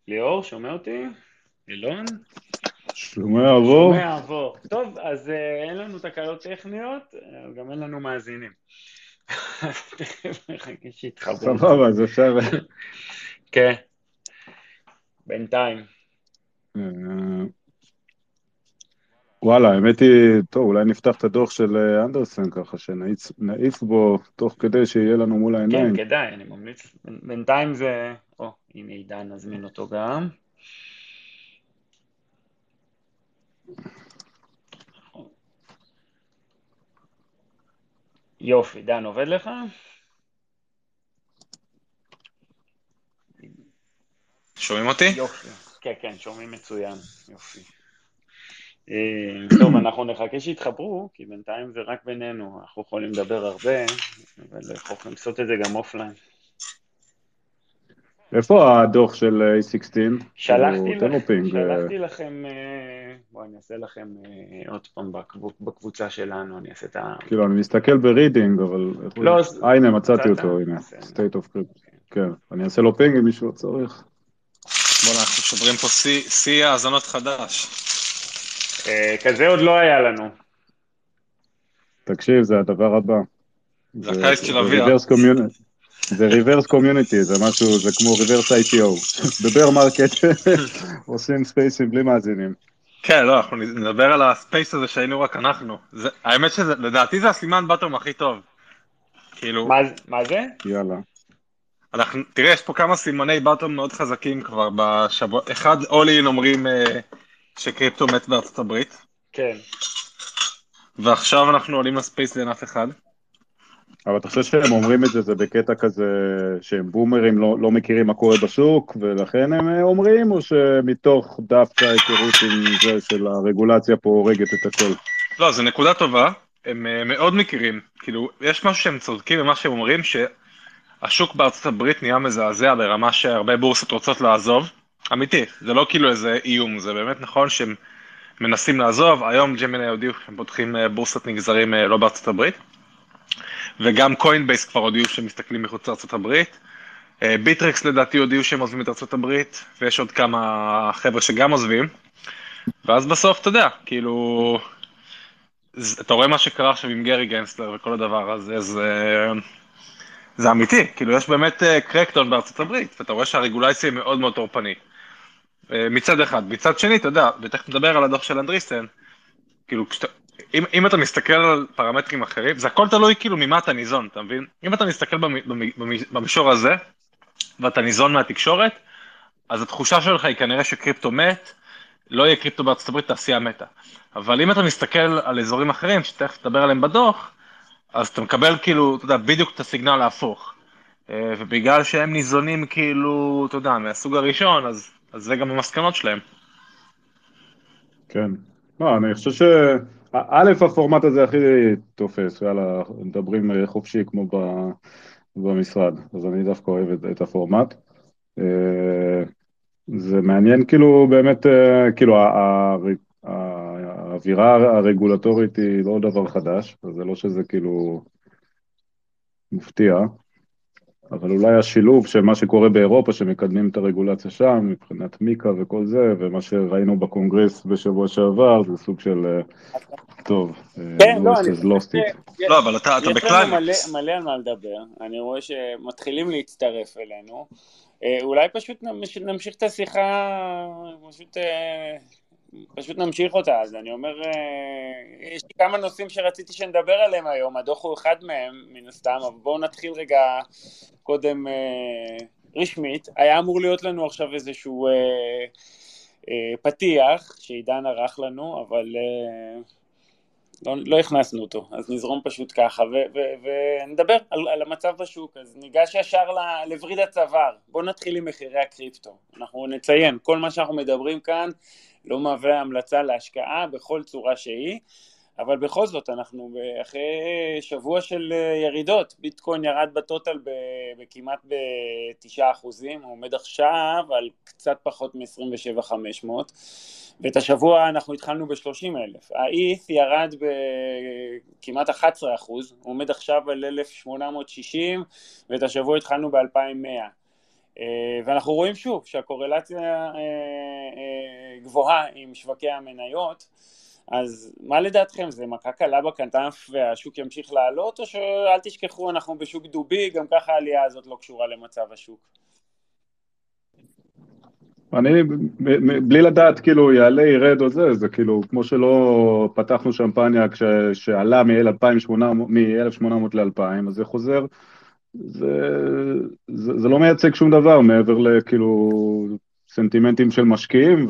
ליאור, שומע אותי? אילון? שומע עבור? שומע, עבור. טוב, אז אין לנו תקלות טכניות, גם אין לנו מאזינים. אז תכף נחכה שיתחברו. סבבה, אז אפשר... כן, בינתיים. אה, וואלה, האמת היא, טוב, אולי נפתח את הדוח של אנדרסן ככה, שנעיץ בו תוך כדי שיהיה לנו מול כן, העיניים. כדאי, אני ממליץ. בינתיים זה... הנה עידן, נזמין אותו גם. יופי, עידן עובד לך? שומעים אותי? יופי. כן, כן, שומעים מצוין. יופי. טוב, אנחנו נחכה שיתחברו, כי בינתיים זה רק בינינו, אנחנו יכולים לדבר הרבה, אבל יכולים לעשות את זה גם אופליין. איפה הדוח של A16? כאילו, שלחתי תן לך, לו פינג. שלחתי לכם, בואו אני אעשה לכם עוד פעם בקבוצה שלנו, אני אעשה את ה... כאילו, אני מסתכל ברידינג, אבל... לא, הנה, מצאתי מצאת? אותו, הנה. בסדר. state of crypt. כן, אני אעשה לו פינג אם מישהו צריך. בוא'נה, אנחנו שוברים פה שיא האזנות חדש. כזה עוד לא היה לנו. תקשיב, זה הדבר הבא. זה זה הקיץ של זה אביה. reverse community. זה reverse community, זה משהו, זה כמו reverse ICO. בבר מרקט עושים ספייסים בלי מאזינים. כן, לא, אנחנו נדבר על הספייס הזה שהיינו רק אנחנו. האמת שלדעתי זה הסימן בטום הכי טוב. כאילו, מה זה? יאללה. תראה, יש פה כמה סימני בטום מאוד חזקים כבר בשבוע. אחד, אולין אומרים שקריפטו מת בארצות הברית, כן. ועכשיו אנחנו עולים לספייס לעין אף אחד. אבל אתה חושב שהם אומרים את זה, זה בקטע כזה שהם בומרים, לא מכירים מה קורה בשוק, ולכן הם אומרים, או שמתוך דווקא היכרות עם זה של הרגולציה פה הורגת את הכל? לא, זו נקודה טובה. הם מאוד מכירים. כאילו, יש משהו שהם צודקים במה שהם אומרים, השוק בארצות הברית נהיה מזעזע ברמה שהרבה בורסות רוצות לעזוב. אמיתי, זה לא כאילו איזה איום, זה באמת נכון שהם מנסים לעזוב. היום ג'מיני הודיעו שהם פותחים בורסת נגזרים לא בארצות הברית, וגם קוינבייס כבר הודיעו שהם מסתכלים מחוץ לארצות הברית. ביטרקס לדעתי הודיעו שהם עוזבים את ארצות הברית, ויש עוד כמה חבר'ה שגם עוזבים. ואז בסוף, אתה יודע, כאילו, אתה רואה מה שקרה עכשיו עם גרי גנסלר וכל הדבר הזה, זה אמיתי, כאילו יש באמת קרקדאון בארצות הברית, ואתה רואה שהרגולציה היא מאוד מאוד טורפנית. מצד אחד. מצד שני, אתה יודע, ותכף נדבר על הדוח של אנדריסטן, כאילו, אם אתה מסתכל על פרמטרים אחרים, זה הכל תלוי כאילו ממה אתה ניזון, אתה מבין? אם אתה מסתכל במישור הזה, ואתה ניזון מהתקשורת, אז התחושה שלך היא כנראה שקריפטו מת, לא יהיה קריפטו בארצות הברית, תעשייה מתה. אבל אם אתה מסתכל על אזורים אחרים, שתכף נדבר עליהם בדוח, אז אתה מקבל כאילו, אתה יודע, בדיוק את הסיגנל ההפוך. ובגלל שהם ניזונים כאילו, אתה יודע, מהסוג הראשון, אז זה גם המסקנות שלהם. כן. לא, אני חושב א', הפורמט הזה הכי תופס, יאללה, מדברים חופשי כמו במשרד, אז אני דווקא אוהב את הפורמט. אה, זה מעניין כאילו באמת, כאילו האווירה הרגולטורית היא לא דבר חדש, אז זה לא שזה כאילו מפתיע, אבל אולי השילוב של מה שקורה באירופה, שמקדמים את הרגולציה שם, מבחינת מיקה וכל זה, ומה שראינו בקונגרס בשבוע שעבר, זה סוג של, טוב, כן, לא, לואיס אני has חושב lost it. לא, אבל אתה יש לנו בקליימקס. מלא על מה לדבר, אני רואה שמתחילים להצטרף אלינו, אולי פשוט נמשיך את השיחה, פשוט, פשוט נמשיך אותה, אז אני אומר, יש לי כמה נושאים שרציתי שנדבר עליהם היום, הדוח הוא אחד מהם מן הסתם, אבל בואו נתחיל רגע קודם רשמית, היה אמור להיות לנו עכשיו איזשהו פתיח שעידן ערך לנו, אבל לא הכנסנו אותו, אז נזרום פשוט ככה, ונדבר על המצב בשוק, אז ניגש ישר לווריד הצוואר, בואו נתחיל עם מחירי הקריפטו, אנחנו נציין, כל מה שאנחנו מדברים כאן לא מהווה המלצה להשקעה בכל צורה שהיא, אבל בכל זאת אנחנו אחרי שבוע של ירידות, ביטקוין ירד בטוטל בכמעט ב9%, הוא עומד עכשיו על קצת פחות מ-27,500, ואת השבוע אנחנו התחלנו ב-30,000, ה-ETH ירד בכמעט 11%, הוא עומד עכשיו על 1,860, ואת השבוע התחלנו ב-2,100, ואנחנו רואים שוב שהקורלציה גבוהה עם שווקי המניות, אז מה לדעתכם, זה מכה קלה בכנף והשוק ימשיך לעלות, או שאל תשכחו, אנחנו בשוק דובי, גם ככה העלייה הזאת לא קשורה למצב השוק? אני, בלי לדעת, כאילו, יעלה, ירד או זה כאילו, כמו שלא פתחנו שמפניה כשעלה מ-1800 ל-2000, אז זה חוזר, זה לא מייצג שום דבר מעבר לכאילו סנטימנטים של משקיעים,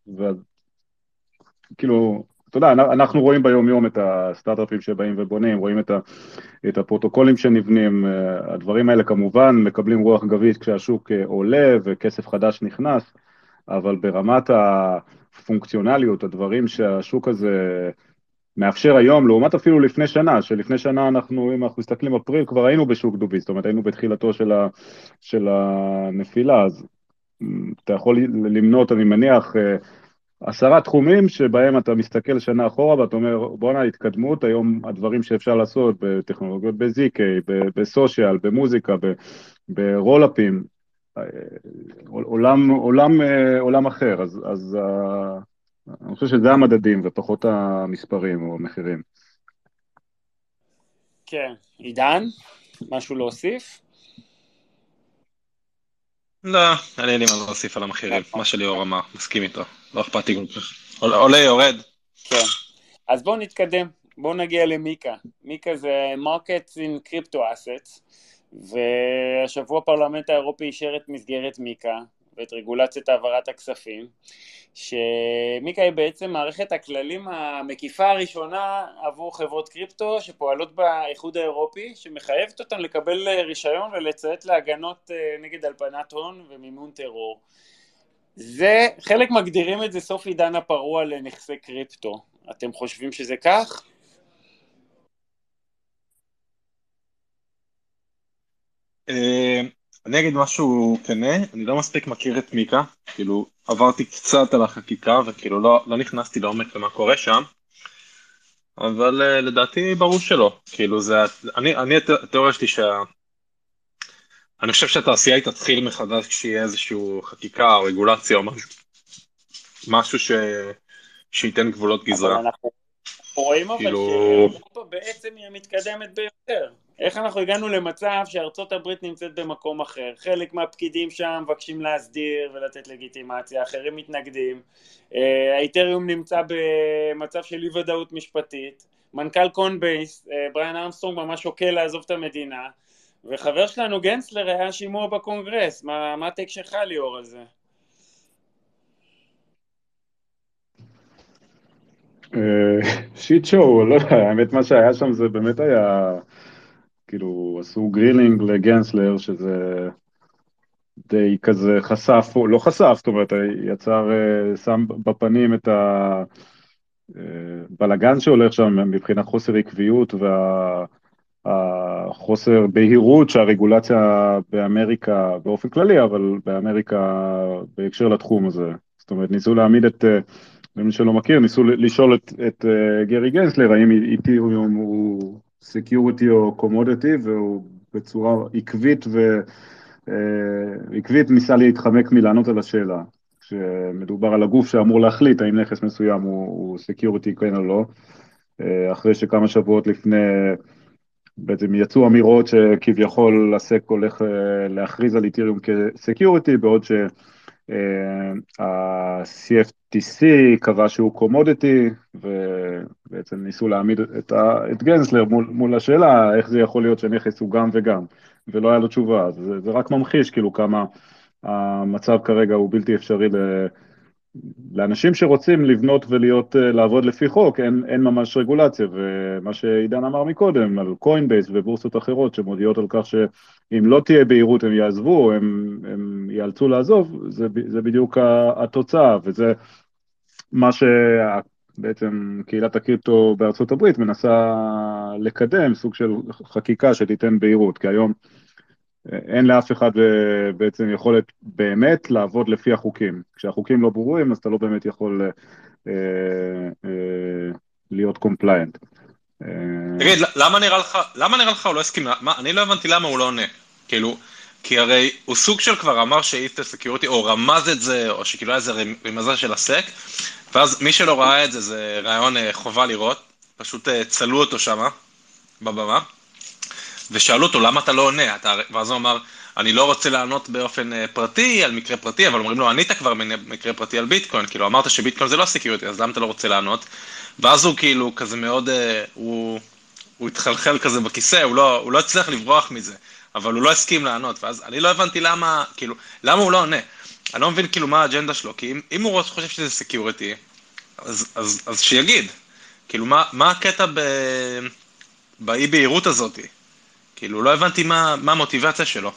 וכאילו, אתה יודע, אנחנו רואים ביום יום את הסטארט-אפים שבאים ובונים, רואים את הפרוטוקולים שנבנים, הדברים האלה כמובן מקבלים רוח גבית כשהשוק עולה וכסף חדש נכנס, אבל ברמת הפונקציונליות, הדברים שהשוק הזה מאפשר היום, לעומת אפילו לפני שנה, שלפני שנה אנחנו, אם אנחנו מסתכלים אפריל, כבר היינו בשוק דובי, זאת אומרת היינו בתחילתו של הנפילה, אז אתה יכול למנות, אני מניח, 10 תחומים שבהם אתה מסתכל שנה אחורה ואתה אומר, בוא'נה, התקדמות, היום הדברים שאפשר לעשות בטכנולוגיות, ב-ZK, בסושיאל, במוזיקה, ברולאפים, עולם אחר, אז אני חושב שזה המדדים ופחות המספרים או המחירים. כן, עידן, משהו להוסיף? לא, אין לי מה להוסיף על המחירים, מה שליאור אמר, מסכים איתו, לא אכפת לי כל כך. עולה, יורד. כן, אז בואו נתקדם, בואו נגיע למיקה. מיקה זה Markets in Crypto Assets, והשבוע הפרלמנט האירופי אישר את מסגרת מיקה ואת רגולציית העברת הכספים, שמיקה היא בעצם מערכת הכללים המקיפה הראשונה עבור חברות קריפטו שפועלות באיחוד האירופי, שמחייבת אותן לקבל רישיון ולציית להגנות נגד הלבנת הון ומימון טרור. זה, חלק מגדירים את זה סוף עידן הפרוע לנכסי קריפטו. אתם חושבים שזה כך? אני אגיד משהו כנה, אני לא מספיק מכיר את מיקה, כאילו עברתי קצת על החקיקה וכאילו לא נכנסתי לעומק למה קורה שם, אבל לדעתי ברור שלא, כאילו זה, התיאוריה שלי אני חושב שהתעשייה היא תתחיל מחדש כשיהיה איזשהו חקיקה או רגולציה או משהו שייתן גבולות גזרה. אבל אנחנו רואים אבל כאילו... שאירופה בעצם היא המתקדמת ביותר. איך אנחנו הגענו למצב שארצות הברית נמצאת במקום אחר? חלק מהפקידים שם מבקשים להסדיר ולתת לגיטימציה, אחרים מתנגדים. האיתריום נמצא במצב של אי ודאות משפטית. מנכ"ל קונבייס, בריאן ארמסטרונג, ממש שוקל לעזוב את המדינה. וחבר שלנו גנסלר היה שימוע בקונגרס. מה הטק שלך ליאור על זה? שיט שואו, לא יודע, האמת מה שהיה שם זה באמת היה, כאילו עשו גרילינג לגנסלר, שזה די כזה חשף, או לא חשף, זאת אומרת, יצר, שם בפנים את הבלגן שהולך שם מבחינת חוסר עקביות והחוסר בהירות שהרגולציה באמריקה, באופן כללי, אבל באמריקה בהקשר לתחום הזה. זאת אומרת, ניסו להעמיד למי שלא מכיר, ניסו לשאול את גרי גנסלר, האם איתריום הוא סקיוריטי או קומודיטי, והוא בצורה עקבית ניסה להתחמק מלענות על השאלה, כשמדובר על הגוף שאמור להחליט האם נכס מסוים הוא סקיוריטי כן או לא, אחרי שכמה שבועות לפני בעצם יצאו אמירות שכביכול הסק הולך להכריז על איתריום כסקיוריטי, בעוד ה-CFTC קבע שהוא קומודיטי, ובעצם ניסו להעמיד את גנסלר מול השאלה איך זה יכול להיות שנכס הוא גם וגם, ולא היה לו תשובה. זה רק ממחיש כאילו כמה המצב כרגע הוא בלתי אפשרי לאנשים שרוצים לבנות לעבוד לפי חוק, אין ממש רגולציה, ומה שעידן אמר מקודם על קוינבייס ובורסות אחרות שמודיעות על כך שאם לא תהיה בהירות הם יעזבו, הם יאלצו לעזוב, זה בדיוק התוצאה, וזה מה שבעצם קהילת הקריפטו בארצות הברית מנסה לקדם, סוג של חקיקה שתיתן בהירות, כי היום אין לאף אחד בעצם יכולת באמת לעבוד לפי החוקים. כשהחוקים לא ברורים, אז אתה לא באמת יכול להיות קומפליינט. תגיד, למה נראה לך הוא לא הסכים? אני לא הבנתי למה הוא לא עונה. כאילו, כי הרי הוא סוג של כבר אמר שאיפטר סקיוריטי, או רמז את זה, או שכאילו היה איזה רמזה של הסק, ואז מי שלא ראה את זה, זה רעיון חובה לראות, פשוט צלו אותו שמה, בבמה, ושאלו אותו למה אתה לא עונה, ואז הוא אמר, אני לא רוצה לענות באופן פרטי, על מקרה פרטי, אבל אומרים לו, ענית כבר מקרה פרטי על ביטקוין, כאילו אמרת שביטקוין זה לא סקיוריטי, אז למה אתה לא רוצה לענות? ואז הוא כאילו כזה מאוד, הוא התחלחל כזה בכיסא, הוא לא הצליח לברוח מזה, אבל הוא לא הסכים לענות, ואז אני לא הבנתי למה, כאילו, למה הוא לא עונה? אני לא מבין כאילו מה האג'נדה שלו, כי אם הוא חושב שזה סקיוריטי, אז שיגיד, כאילו מה הקטע באי בהירות הזאת? כאילו לא הבנתי מה המוטיבציה שלו.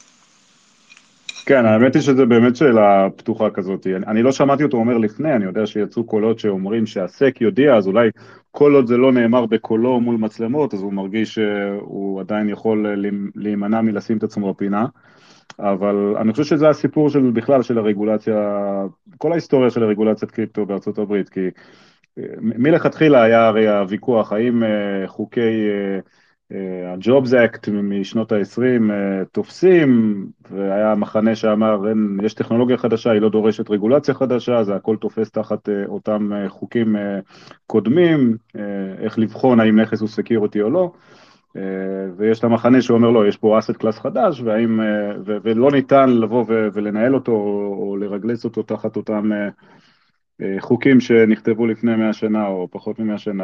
כן, האמת היא שזה באמת שאלה פתוחה כזאת. אני לא שמעתי אותו אומר לפני, אני יודע שיצאו קולות שאומרים שהסק יודיע, אז אולי כל עוד זה לא נאמר בקולו מול מצלמות, אז הוא מרגיש שהוא עדיין יכול להימנע מלשים את עצמו בפינה. אבל אני חושב שזה הסיפור של בכלל של הרגולציה, כל ההיסטוריה של הרגולציית קריפטו בארצות הברית, כי מלכתחילה היה הרי הוויכוח, האם חוקי ה-Jobs Act משנות ה-20 תופסים, והיה מחנה שאמר, יש טכנולוגיה חדשה, היא לא דורשת רגולציה חדשה, זה הכל תופס תחת אותם חוקים קודמים, איך לבחון האם נכס הוא סקיוריטי או לא, ויש את המחנה שאומר לא, יש פה אסט קלאס חדש, ולא ניתן לבוא ולנהל אותו, או לרגלץ אותו תחת אותם חוקים שנכתבו לפני 100 שנה, או פחות מ-100 שנה,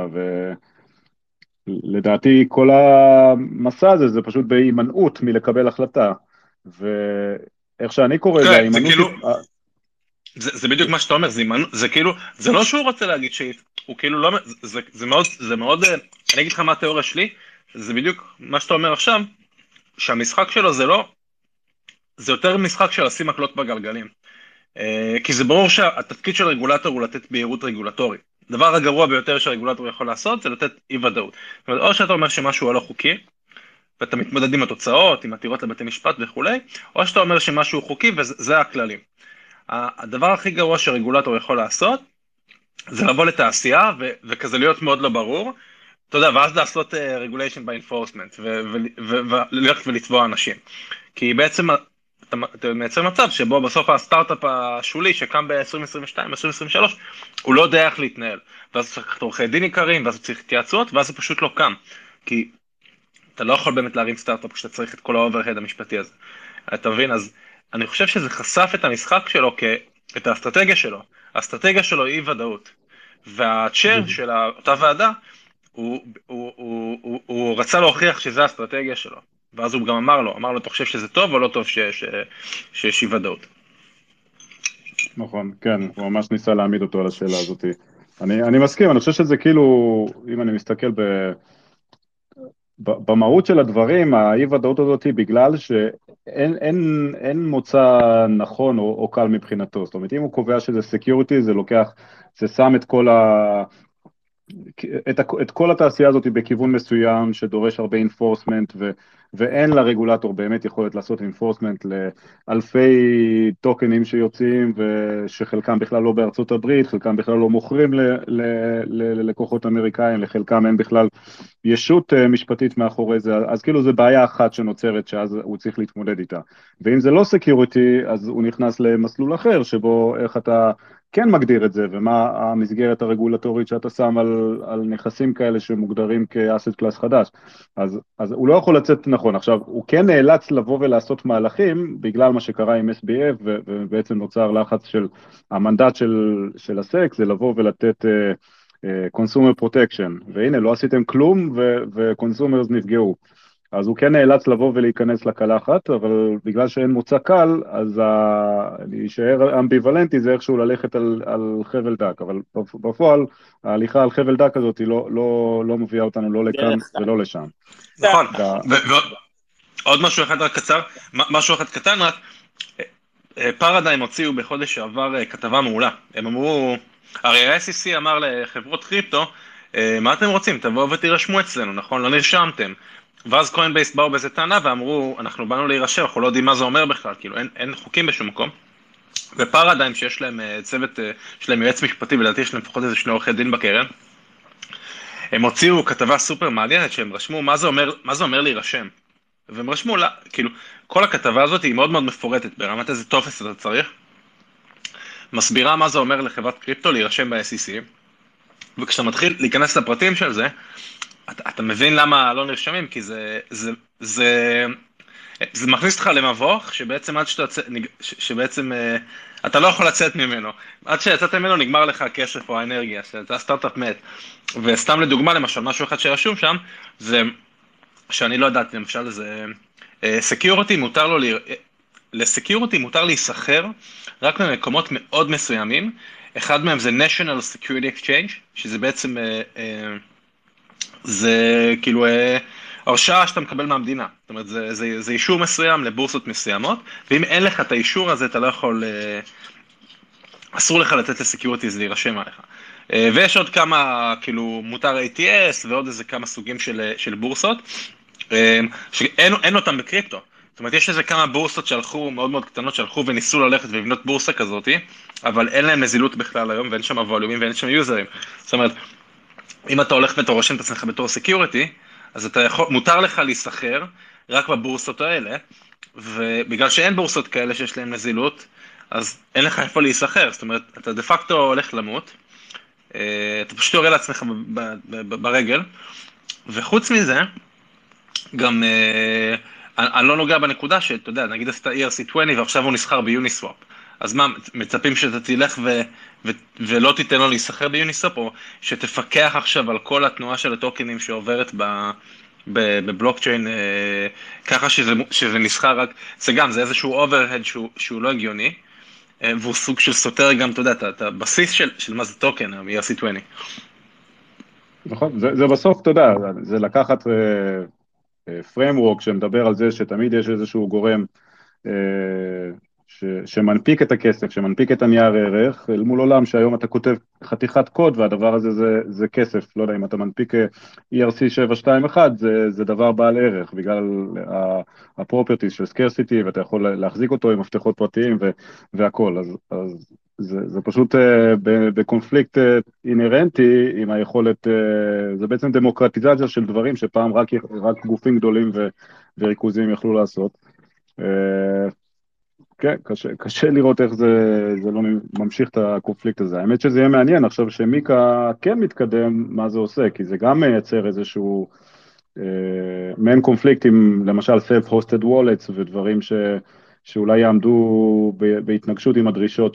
ולדעתי כל המסע הזה, זה פשוט בהימנעות מלקבל החלטה, ואיך שאני קורא זה, כן, זה ההימנעות... כאילו, זה בדיוק מה שאתה אומר, זה כאילו, זה לא שהוא רוצה להגיד שהוא כאילו לא, זה מאוד, אני אגיד לך מה התיאוריה שלי, זה בדיוק מה שאתה אומר עכשיו, שהמשחק שלו זה לא, זה יותר משחק של לשים מקלות בגלגלים. כי זה ברור שהתפקיד של רגולטור הוא לתת בהירות רגולטורית. הדבר הגרוע ביותר שהרגולטור יכול לעשות זה לתת אי ודאות. זאת אומרת, או שאתה אומר שמשהו לא חוקי, ואתה מתמודד עם התוצאות, עם עתירות לבתי משפט וכולי, או שאתה אומר שמשהו חוקי וזה הכללים. הדבר הכי גרוע שרגולטור יכול לעשות, זה לבוא לתעשייה וכזה להיות מאוד לא ברור, אתה יודע, ואז לעשות regulation by enforcement, וללכת ולתבוע אנשים. כי בעצם אתה מייצר מצב שבו בסוף הסטארט-אפ השולי שקם ב-2022, 2023, הוא לא יודע איך להתנהל. ואז צריך עורכי דין עיקריים, ואז צריך התייעצות, ואז זה פשוט לא קם. כי אתה לא יכול באמת להרים סטארט-אפ כשאתה צריך את כל האוברהד המשפטי הזה. אתה מבין? אז אני חושב שזה חשף את המשחק שלו, את האסטרטגיה שלו. האסטרטגיה שלו היא ודאות. והצ'ר של אותה ועדה, הוא רצה להוכיח שזה האסטרטגיה שלו. ואז הוא גם אמר לו, אתה חושב שזה טוב או לא טוב שיש אי ודאות? נכון, כן, הוא ממש ניסה להעמיד אותו על השאלה הזאת. אני מסכים, אני חושב שזה כאילו, אם אני מסתכל במהות של הדברים, האי-ודאות הזאת היא בגלל שאין מוצא נכון או קל מבחינתו. זאת אומרת, אם הוא קובע שזה סקיוריטי, זה שם את כל התעשייה הזאת בכיוון מסוים שדורש הרבה enforcement ואין לרגולטור באמת יכולת לעשות enforcement לאלפי טוקנים שיוצאים ושחלקם בכלל לא בארצות הברית, חלקם בכלל לא מוכרים ללקוחות אמריקאים, לחלקם אין בכלל ישות משפטית מאחורי זה, אז כאילו זה בעיה אחת שנוצרת שאז הוא צריך להתמודד איתה. ואם זה לא סקיוריטי, אז הוא נכנס למסלול אחר שבו איך אתה כן מגדיר את זה, ומה המסגרת הרגולטורית שאתה שם על נכסים כאלה שמוגדרים כאסט קלאס חדש. אז הוא לא יכול לצאת נכון. עכשיו, הוא כן נאלץ לבוא ולעשות מהלכים, בגלל מה שקרה עם SBF, ובעצם נוצר לחץ של המנדט של הסק, זה לבוא ולתת consumer protection, והנה, לא עשיתם כלום, ו-consumers נפגעו. אז הוא כן נאלץ לבוא ולהיכנס לקלחת, אבל בגלל שאין מוצא קל, אז להישאר אמביוולנטי זה איכשהו ללכת על חבל דק, אבל בפועל ההליכה על חבל דק הזאת היא לא מביאה אותנו לא לכאן ולא לשם. נכון, ועוד משהו אחד רק קצר, משהו אחד קטן רק, פרדיים הוציאו בחודש שעבר כתבה מעולה, הם אמרו, הרי ה-SEC אמר לחברות קריפטו, מה אתם רוצים? תבואו ותירשמו אצלנו, נכון? לא נרשמתם. ואז קוינבייס באו באיזה טענה ואמרו, אנחנו באנו להירשם, אנחנו לא יודעים מה זה אומר בכלל, כאילו אין חוקים בשום מקום. ופרדיים שיש להם צוות, יש להם יועץ משפטי, ולדעתי יש להם לפחות איזה 2 עורכי דין בקרן, הם הוציאו כתבה סופר מעניינת שהם רשמו, מה זה אומר להירשם? והם רשמו לה, כאילו, כל הכתבה הזאת היא מאוד מאוד מפורטת, ברמת איזה טופס אתה צריך, מסבירה מה זה אומר לחברת קריפטו להירשם ב-SEC, וכשאתה מתחיל להיכנס לפרטים של זה, אתה מבין למה לא נרשמים, כי זה, זה מכניס אותך למבוך, שבעצם עד שבעצם אתה לא יכול לצאת ממנו. עד שיצאת ממנו נגמר לך הכסף או האנרגיה, שאתה סטארט-אפ מת. וסתם לדוגמה, למשל, משהו אחד שרשום שם, זה שאני לא יודעת, למשל, זה סקיוריטי מותר לו, לסקיוריטי מותר להיסחר רק במקומות מאוד מסוימים. אחד מהם זה National Security Exchange, שזה בעצם זה כאילו הרשאה שאתה מקבל מהמדינה. זאת אומרת, זה אישור מסוים לבורסות מסוימות, ואם אין לך את האישור הזה, אתה לא יכול, אסור לך לתת לסקיוריטיז להירשם עליך. ויש עוד כמה, כאילו, מותר ATS ועוד איזה כמה סוגים של בורסות, שאין אותם בקריפטו. זאת אומרת, יש איזה כמה בורסות שהלכו, מאוד מאוד קטנות, שהלכו וניסו ללכת ולבנות בורסה כזאת, אבל אין להם נזילות בכלל היום, ואין שם ווליומים ואין שם יוזרים. זאת אומרת, אם אתה הולך ואתה רושם את עצמך בתור סקיוריטי, אז אתה יכול, מותר לך להיסחר רק בבורסות האלה, ובגלל שאין בורסות כאלה שיש להם נזילות, אז אין לך איפה להיסחר, זאת אומרת, אתה דה פקטו הולך למות, אתה פשוט יורה לעצמך ברגל, וחוץ מזה, גם, אני לא נוגע בנקודה שאתה יודע, נגיד עשית ERC20 ועכשיו הוא נסחר ביוניסוואפ, אז מה, מצפים שאתה תלך ולא תיתן לו להיסחר ביוניסוואפ, או שתפקח עכשיו על כל התנועה של הטוקנים שעוברת בבלוקצ'יין, ככה שזה נסחר רק, זה גם, זה איזשהו אוברהד שהוא לא הגיוני, והוא סוג של סותר גם, אתה יודע, את הבסיס של מה זה טוקן, ERC20. נכון, זה בסוף, אתה יודע, זה לקחת framework שמדבר על זה שתמיד יש איזשהו גורם שמנפיק את הכסף, שמנפיק את הנייר ערך, אל מול עולם שהיום אתה כותב חתיכת קוד והדבר הזה זה כסף, לא יודע, אם אתה מנפיק ERC 721 זה דבר בעל ערך, בגלל הפרופרטיז של סקרסיטי, ואתה יכול להחזיק אותו עם מפתחות פרטיים והכל, אז זה פשוט בקונפליקט אינרנטי עם היכולת, זה בעצם דמוקרטיזציה של דברים שפעם רק גופים גדולים וריכוזים יכלו לעשות. כן, קשה לראות איך זה לא ממשיך את הקונפליקט הזה. האמת שזה יהיה מעניין, עכשיו שמיקה כן מתקדם, מה זה עושה, כי זה גם מייצר איזשהו מעין קונפליקט עם למשל self-hosted wallets ודברים שאולי יעמדו בהתנגשות עם הדרישות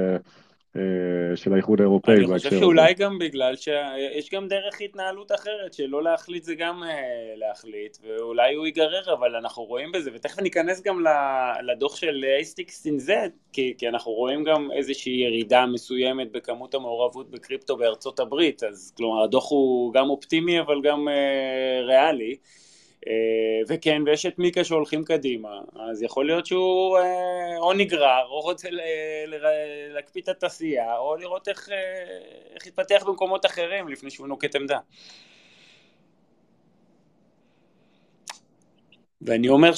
של האיחוד האירופאי אני בהקשר חושב הזה. שאולי גם בגלל שיש גם דרך התנהלות אחרת, שלא להחליט זה גם להחליט, ואולי הוא ייגרר, אבל אנחנו רואים בזה, ותכף ניכנס גם לדוח של A16Z, כי אנחנו רואים גם איזושהי ירידה מסוימת בכמות המעורבות בקריפטו בארצות הברית, אז כלומר הדוח הוא גם אופטימי אבל גם ריאלי, וכן, ויש את מיקה שהולכים קדימה, אז יכול להיות שהוא או נגרר, או רוצה להקפיא את התעשייה, או לראות איך יתפתח במקומות אחרים לפני שהוא נוקט עמדה. ואני אומר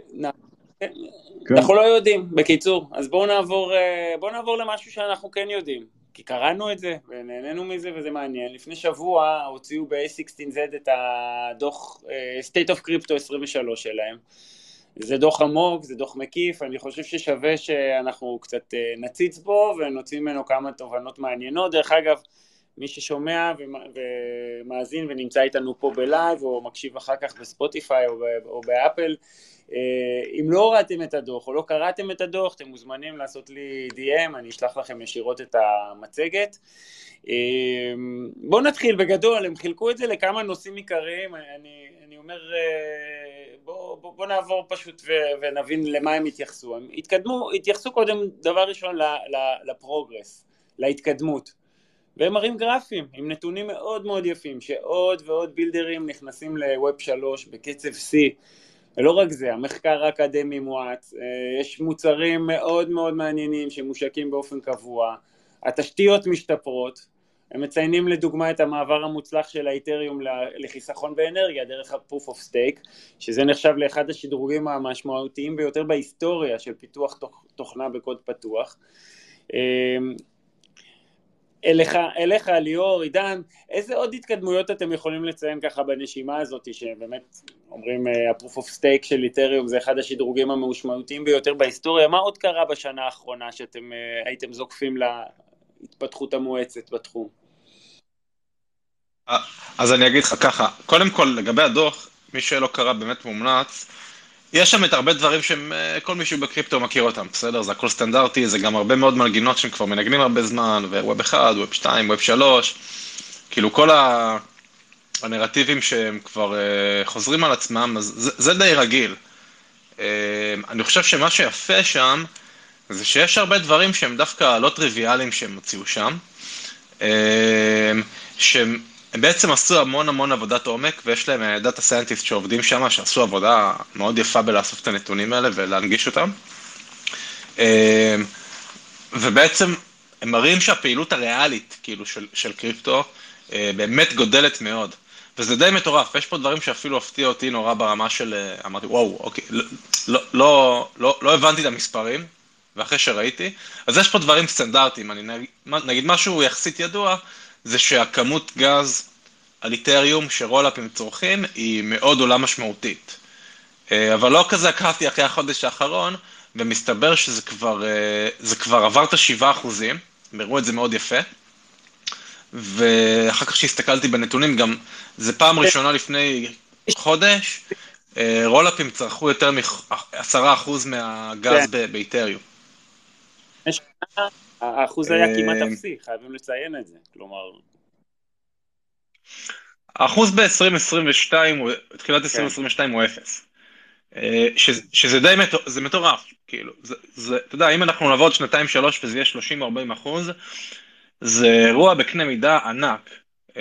אנחנו לא יודעים, בקיצור, אז בואו נעבור למשהו שאנחנו כן יודעים, כי קראנו את זה ונהנינו מזה וזה מעניין. לפני שבוע הוציאו ב-A16Z את הדוח State of Crypto 23 שלהם. זה דוח עמוק, זה דוח מקיף, אני חושב ששווה שאנחנו קצת נציץ בו ונוציא ממנו כמה תובנות מעניינות. דרך אגב, מי ששומע ומאזין ונמצא איתנו פה בלייב או מקשיב אחר כך בספוטיפיי או באפל, אם לא הורדתם את הדוח או לא קראתם את הדוח, אתם מוזמנים לעשות לי DM, אני אשלח לכם ישירות את המצגת. בואו נתחיל בגדול, הם חילקו את זה לכמה נושאים עיקריים, אני אומר, בואו נעבור פשוט ונבין למה הם התייחסו. הם התייחסו קודם דבר ראשון לפרוגרס, להתקדמות. והם מראים גרפים עם נתונים מאוד מאוד יפים, שעוד ועוד בילדרים נכנסים לווב 3 בקצב C, ולא רק זה, המחקר האקדמי מואץ, יש מוצרים מאוד מאוד מעניינים שמושקים באופן קבוע, התשתיות משתפרות, הם מציינים לדוגמה את המעבר המוצלח של האיתריום לחיסכון באנרגיה דרך ה-Proof of Stake, שזה נחשב לאחד השדרוגים המשמעותיים ביותר בהיסטוריה של פיתוח תוכנה בקוד פתוח. אליך, ליאור, עידן, איזה עוד התקדמויות אתם יכולים לציין ככה בנשימה הזאת, שבאמת אומרים, ה-Proof of Stake של איתריום זה אחד השדרוגים המשמעותיים ביותר בהיסטוריה, מה עוד קרה בשנה האחרונה שאתם הייתם זוקפים להתפתחות המואצת בתחום? אז אני אגיד לך ככה, קודם כל לגבי הדוח, מי שלא קרא באמת מומלץ, יש שם את הרבה דברים שכל מישהו בקריפטו מכיר אותם, בסדר? זה הכל סטנדרטי, זה גם הרבה מאוד מנגינות שהם כבר מנגנים הרבה זמן, וווב 1, ווב 2, ווב 3, כאילו כל הנרטיבים שהם כבר חוזרים על עצמם, אז זה די רגיל. אני חושב שמה שיפה שם, זה שיש הרבה דברים שהם דווקא לא טריוויאליים שהם הוציאו שם, שהם בעצם עשו המון עבודת עומק, ויש להם דאטה סיינטיסט שעובדים שם, שעשו עבודה מאוד יפה בלאסוף את הנתונים האלה ולהנגיש אותם. ובעצם הם מראים שהפעילות הריאלית, כאילו, של קריפטו, באמת גודלת מאוד. וזה די מטורף, יש פה דברים שאפילו הפתיע אותי נורא ברמה של, אמרתי, וואו, אוקיי, לא הבנתי את המספרים, ואחרי שראיתי, אז יש פה דברים סטנדרטיים, נגיד משהו יחסית ידוע, זה שהכמות גז על איתריום שרולאפים צורכים, היא מאוד עולה משמעותית. אבל לא כזה עקבתי אחרי החודש האחרון, ומסתבר שזה כבר עבר את ה7%, הם הראו את זה מאוד יפה, ואחר כך שהסתכלתי בנתונים, גם זה פעם ראשונה לפני חודש, רולאפים צרכו יותר מ10% מהגז באיתריום. האחוז היה כמעט אפסי, חייבים לציין את זה, כלומר... האחוז ב-2022, תחילת 2022 הוא 0. שזה די מטורף, כאילו, אתה יודע, אם אנחנו נעבוד 2-3 וזה יהיה 30-40%, זה אירוע בקנה מידה ענק,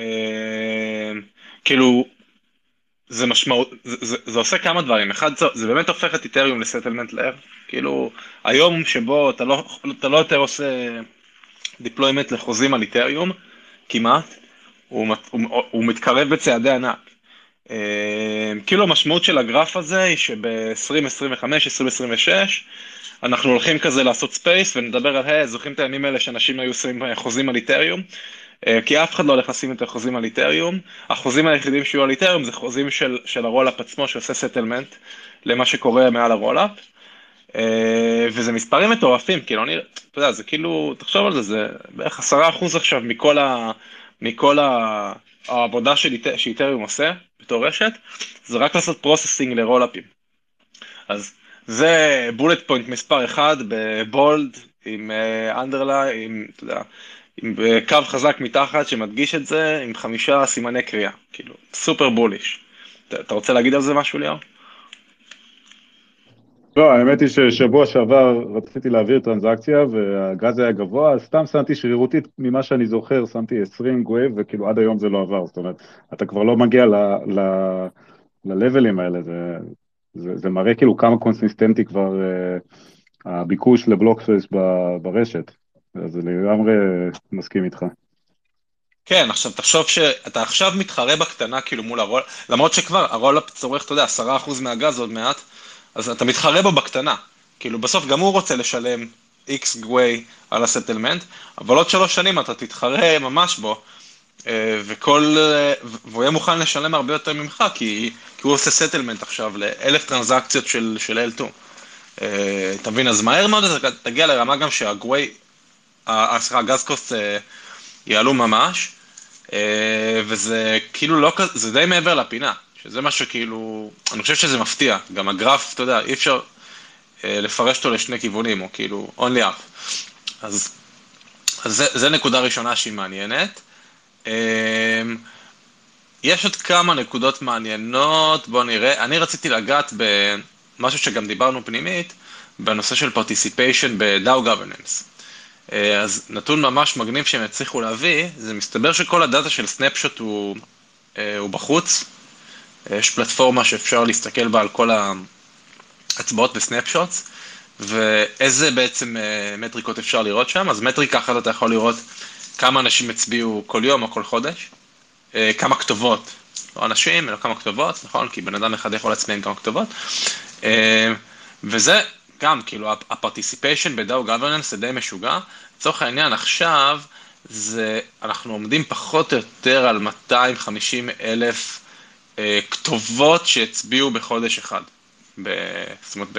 כאילו, זה משמעות, זה עושה כמה דברים, אחד, זה באמת הופך את איתריום לסטלמנט לאר, כאילו, היום שבו אתה לא יותר עושה דיפלוימנט לחוזים על איתריום, כמעט, הוא מתקרב בצעדי ענק. כאילו המשמעות של הגרף הזה היא שב-2025, 2026, אנחנו הולכים כזה לעשות ספייס ונדבר על, זוכרים את הימים האלה שאנשים היו עושים חוזים על איתריום, כי אף אחד לא הולך לשים את החוזים על איתריום, החוזים היחידים שיהיו על איתריום זה חוזים של הרולאפ עצמו שעושה סטלמנט למה שקורה מעל הרולאפ, וזה מספרים מטורפים, כאילו, אתה יודע, זה כאילו, תחשוב על זה, זה בערך 10% עכשיו מכל העבודה שאיתריום עושה בתור רשת, זה רק לעשות פרוססינג לרולאפים. אז זה בולט פוינט מספר 1 בבולד, עם אנדרליין, אתה יודע, עם קו חזק מתחת שמדגיש את זה, עם 5 סימני קריאה, כאילו, סופר בוליש. אתה רוצה להגיד על זה משהו, ליאור? לא, האמת היא ששבוע שעבר רציתי להעביר טרנזקציה והגז היה גבוה, אז סתם שמתי שרירותית ממה שאני זוכר, שמתי 20 גווייב וכאילו עד היום זה לא עבר, זאת אומרת, אתה כבר לא מגיע ללבלים האלה, זה מראה כאילו כמה קונסיסטנטי כבר הביקוש לבלוק ספייס ברשת, אז אני לגמרי מסכים איתך. כן, עכשיו תחשוב שאתה עכשיו מתחרה בקטנה כאילו מול הרול, למרות שכבר הרולאפ צורך, אתה יודע, 10% מהגז עוד מעט, אז אתה מתחרה בו בקטנה, כאילו בסוף גם הוא רוצה לשלם X גווי על הסטלמנט, אבל עוד 3 שנים אתה תתחרה ממש בו, והוא יהיה מוכן לשלם הרבה יותר ממך, כי הוא עושה סטלמנט עכשיו ל1,000 טרנזקציות של L2. אתה מבין, אז מהר מאוד תגיע לרמה גם שהגווי, הגז קוסט יעלו ממש, וזה כאילו לא כזה, זה די מעבר לפינה, שזה מה שכאילו, אני חושב שזה מפתיע, גם הגרף, אתה יודע, אי אפשר לפרש אותו לשני כיוונים, או כאילו, only up. אז זה נקודה ראשונה שהיא מעניינת. יש עוד כמה נקודות מעניינות, בוא נראה, אני רציתי לגעת במשהו שגם דיברנו פנימית, בנושא של participation ב-DAO governance. אז נתון ממש מגניב שהם הצליחו להביא, זה מסתבר שכל הדאטה של סנאפשוט הוא בחוץ, יש פלטפורמה שאפשר להסתכל בה על כל ההצבעות בסנאפשוטס, ואיזה בעצם מטריקות אפשר לראות שם, אז מטריקה אחת אתה יכול לראות כמה אנשים הצביעו כל יום או כל חודש, כמה כתובות, לא אנשים, אלא כמה כתובות, נכון? כי בן אדם אחד יכול להצביע עם כמה כתובות, וזה גם, כאילו, ה-participation ב-DAO governance זה די משוגע. לצורך העניין, עכשיו אנחנו עומדים פחות או יותר על 250,000 כתובות שהצביעו בחודש אחד, זאת אומרת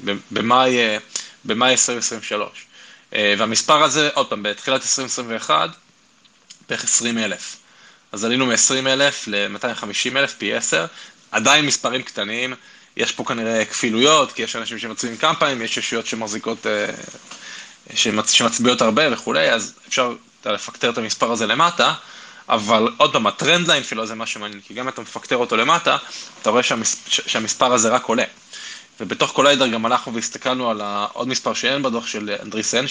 במאי 2023. והמספר הזה, עוד פעם, בתחילת 2021, בערך 20,000. אז עלינו מ-20,000 ל-250,000 פי 10, עדיין מספרים קטנים, יש פה כנראה כפילויות, כי יש אנשים שמצביעים כמה פעמים, יש ישויות שמחזיקות, שמצביעות הרבה וכולי, אז אפשר לפקטר את המספר הזה למטה, אבל עוד פעם, הטרנד ליין שלו זה מה שמעניין, כי גם אתה מפקטר אותו למטה, אתה רואה שהמספר הזה רק עולה. ובתוך קוליידר גם הלכנו והסתכלנו על עוד מספר שאין בדוח של אנדריסן,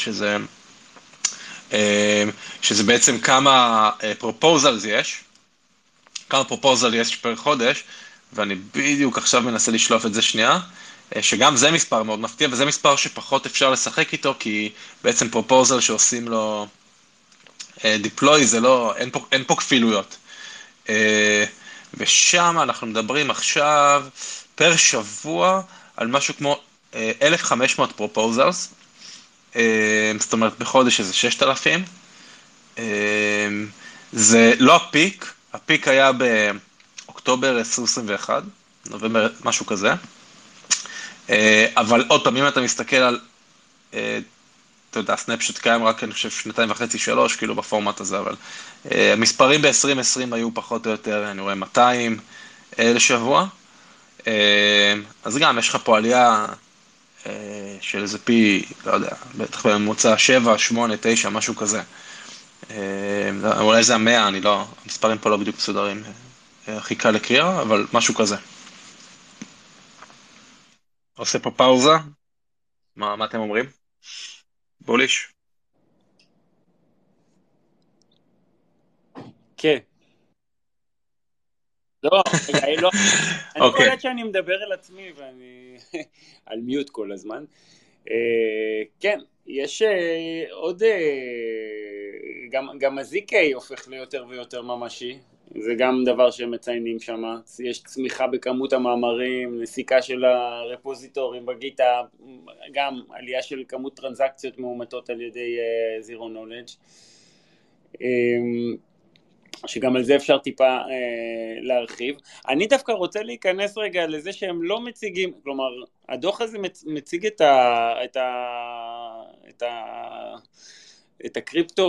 שזה בעצם כמה פרופוזלס יש, כמה פרופוזל יש פר חודש, ואני בדיוק עכשיו מנסה לשלוף את זה שנייה, שגם זה מספר מאוד מפתיע, וזה מספר שפחות אפשר לשחק איתו, כי בעצם פרופוזל שעושים לו דיפלוי, זה לא, אין פה כפילויות. ושם אנחנו מדברים עכשיו פר שבוע על משהו כמו 1,500 פרופוזלס, זאת אומרת בחודש איזה 6,000, זה לא הפיק, הפיק היה באוקטובר 2021, נובמבר, משהו כזה, אבל עוד פעם, אם אתה מסתכל על, אתה יודע, סנאפשוט קיים רק, אני חושב, 2.5-3, כאילו בפורמט הזה, אבל המספרים ב-2020 היו פחות או יותר, אני רואה 200 לשבוע, אז גם יש לך פה עלייה של איזה פי, לא יודע, בטח בממוצע 7, 8, 9, משהו כזה. אולי זה 100, אני לא, המספרים פה לא בדיוק מסודרים, הכי קל לקריאה, אבל משהו כזה. עושה פה פאוזה, מה אתם אומרים? בוליש? כן. לא, רגע, לא. אני אוקיי. קולט שאני מדבר על עצמי ואני על מיוט כל הזמן. כן, יש עוד, גם ה-ZK הופך ליותר ויותר ממשי, זה גם דבר שמציינים שם, יש צמיחה בכמות המאמרים, נסיקה של הרפוזיטורים בגיטה, גם עלייה של כמות טרנזקציות מאומתות על ידי Zero Knowledge, שגם על זה אפשר טיפה להרחיב. אני דווקא רוצה להיכנס רגע לזה שהם לא מציגים, כלומר, הדוח הזה מציג את הקריפטו,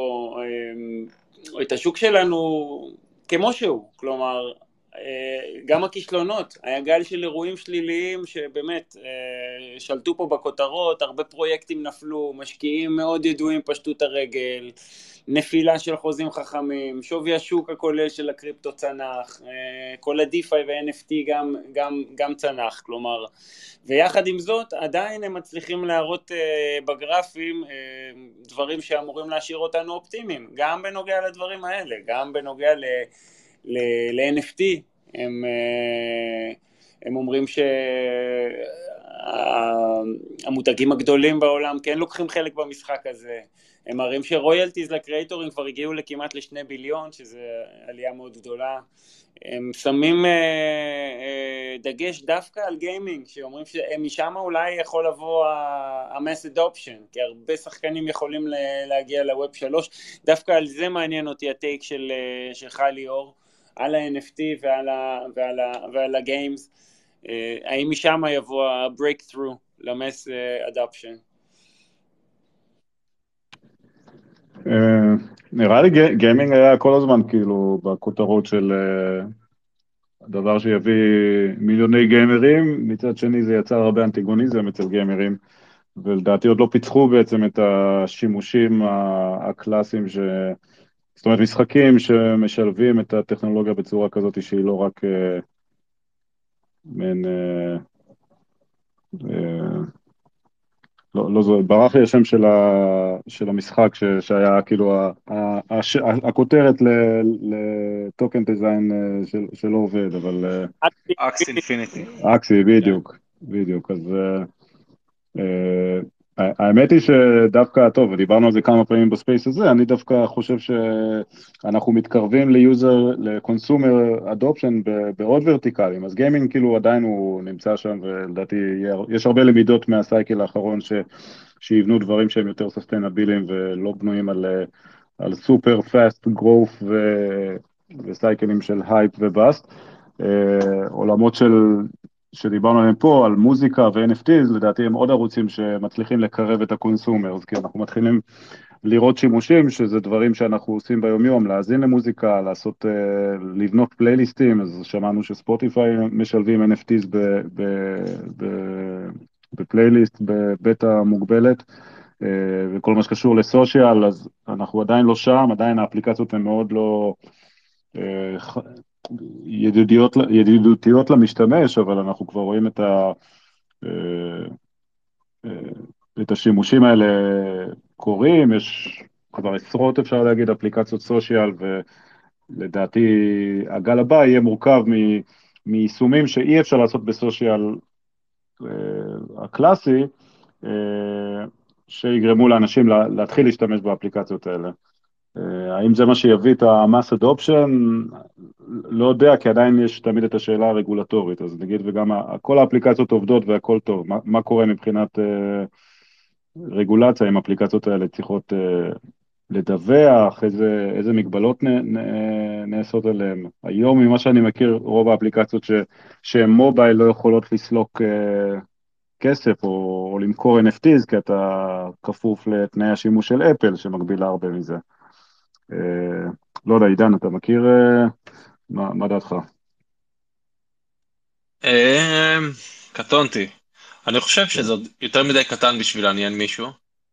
או את השוק שלנו כמו שהוא, כלומר, גם הכישלונות, היה גל של אירועים שליליים שבאמת שלטו פה בכותרות, הרבה פרויקטים נפלו, משקיעים מאוד ידועים פשטו את הרגל, נפילה של חוזים חכמים, שווי השוק הכולל של הקריפטו צנח, כל ה-DeFi ו-NFT גם צנח, כלומר, ויחד עם זאת עדיין הם מצליחים להראות בגרפים דברים שאמורים להשאיר אותנו אופטימיים, גם בנוגע לדברים האלה, גם בנוגע ל-NFT, הם אומרים שהמותגים הגדולים בעולם כן לוקחים חלק במשחק הזה, הם מראים שרויאלטיז לקריאטורים כבר הגיעו לכמעט ל2 ביליון, שזה עלייה מאוד גדולה, הם שמים דגש דווקא על גיימינג, שאומרים שמשם אולי יכול לבוא ה-mass adoption, כי הרבה שחקנים יכולים להגיע לווב 3, דווקא על זה מעניין אותי הטייק שלך ליאור, על ה-NFT ועל הגיימס, האם משם יבוא ה-breakthrough ל-mass adoption? נראה לי גיימינג היה כל הזמן כאילו בכותרות של דבר שיביא מיליוני גיימרים, מצד שני זה יצר הרבה אנטיגוניזם אצל גיימרים, ולדעתי עוד לא פיצחו בעצם את השימושים הקלאסיים, זאת אומרת משחקים שמשלבים את הטכנולוגיה בצורה כזאת שהיא לא רק מן... לא זו, ברח לי השם של המשחק שהיה כאילו הכותרת לטוקן דיזיין שלא עובד, אבל... אקס אינפיניטי. אקסי, בדיוק, אז האמת היא שדווקא, טוב, דיברנו על זה כמה פעמים בספייס הזה, אני דווקא חושב שאנחנו מתקרבים לקונסומר אדופשן בעוד ורטיקלים, אז גיימינג כאילו עדיין הוא נמצא שם, ולדעתי יש הרבה למידות מהסייקל האחרון שיבנו דברים שהם יותר סוסטיינביליים ולא בנויים על סופר פאסט גרוף וסייקלים של הייפ ובאסט. עולמות שדיברנו עליהם פה, על מוזיקה ו-NFTs, לדעתי הם עוד ערוצים שמצליחים לקרב את הקונסומרס, כי אנחנו מתחילים לראות שימושים, שזה דברים שאנחנו עושים ביומיום, להאזין למוזיקה, לבנות פלייליסטים, אז שמענו שספוטיפיי משלבים NFTs בפלייליסט, בבטא מוגבלת, וכל מה שקשור לסושיאל, אז אנחנו עדיין לא שם, עדיין האפליקציות הן מאוד לא ידידותיות למשתמש, אבל אנחנו כבר רואים אה, את השימושים האלה קורים, יש כבר עשרות אפשר להגיד אפליקציות סושיאל, ולדעתי הגל הבא יהיה מורכב מיישומים שאי אפשר לעשות בסושיאל הקלאסי, שיגרמו לאנשים להתחיל להשתמש באפליקציות האלה. האם זה מה שיביא את ה-mass adoption? לא יודע, כי עדיין יש תמיד את השאלה הרגולטורית, אז נגיד, וגם כל האפליקציות עובדות והכל טוב, מה קורה מבחינת רגולציה, אם האפליקציות האלה צריכות לדווח, איזה מגבלות נעשות עליהן. היום, ממה שאני מכיר, רוב האפליקציות שהן מובייל לא יכולות לסלוק כסף או למכור NFTs, כי אתה כפוף לתנאי השימוש של אפל, שמגבילה הרבה מזה. לא יודע, עידן, אתה מכיר? מה דעתך? קטונתי. אני חושב שזה עוד יותר מדי קטן בשביל לעניין מישהו.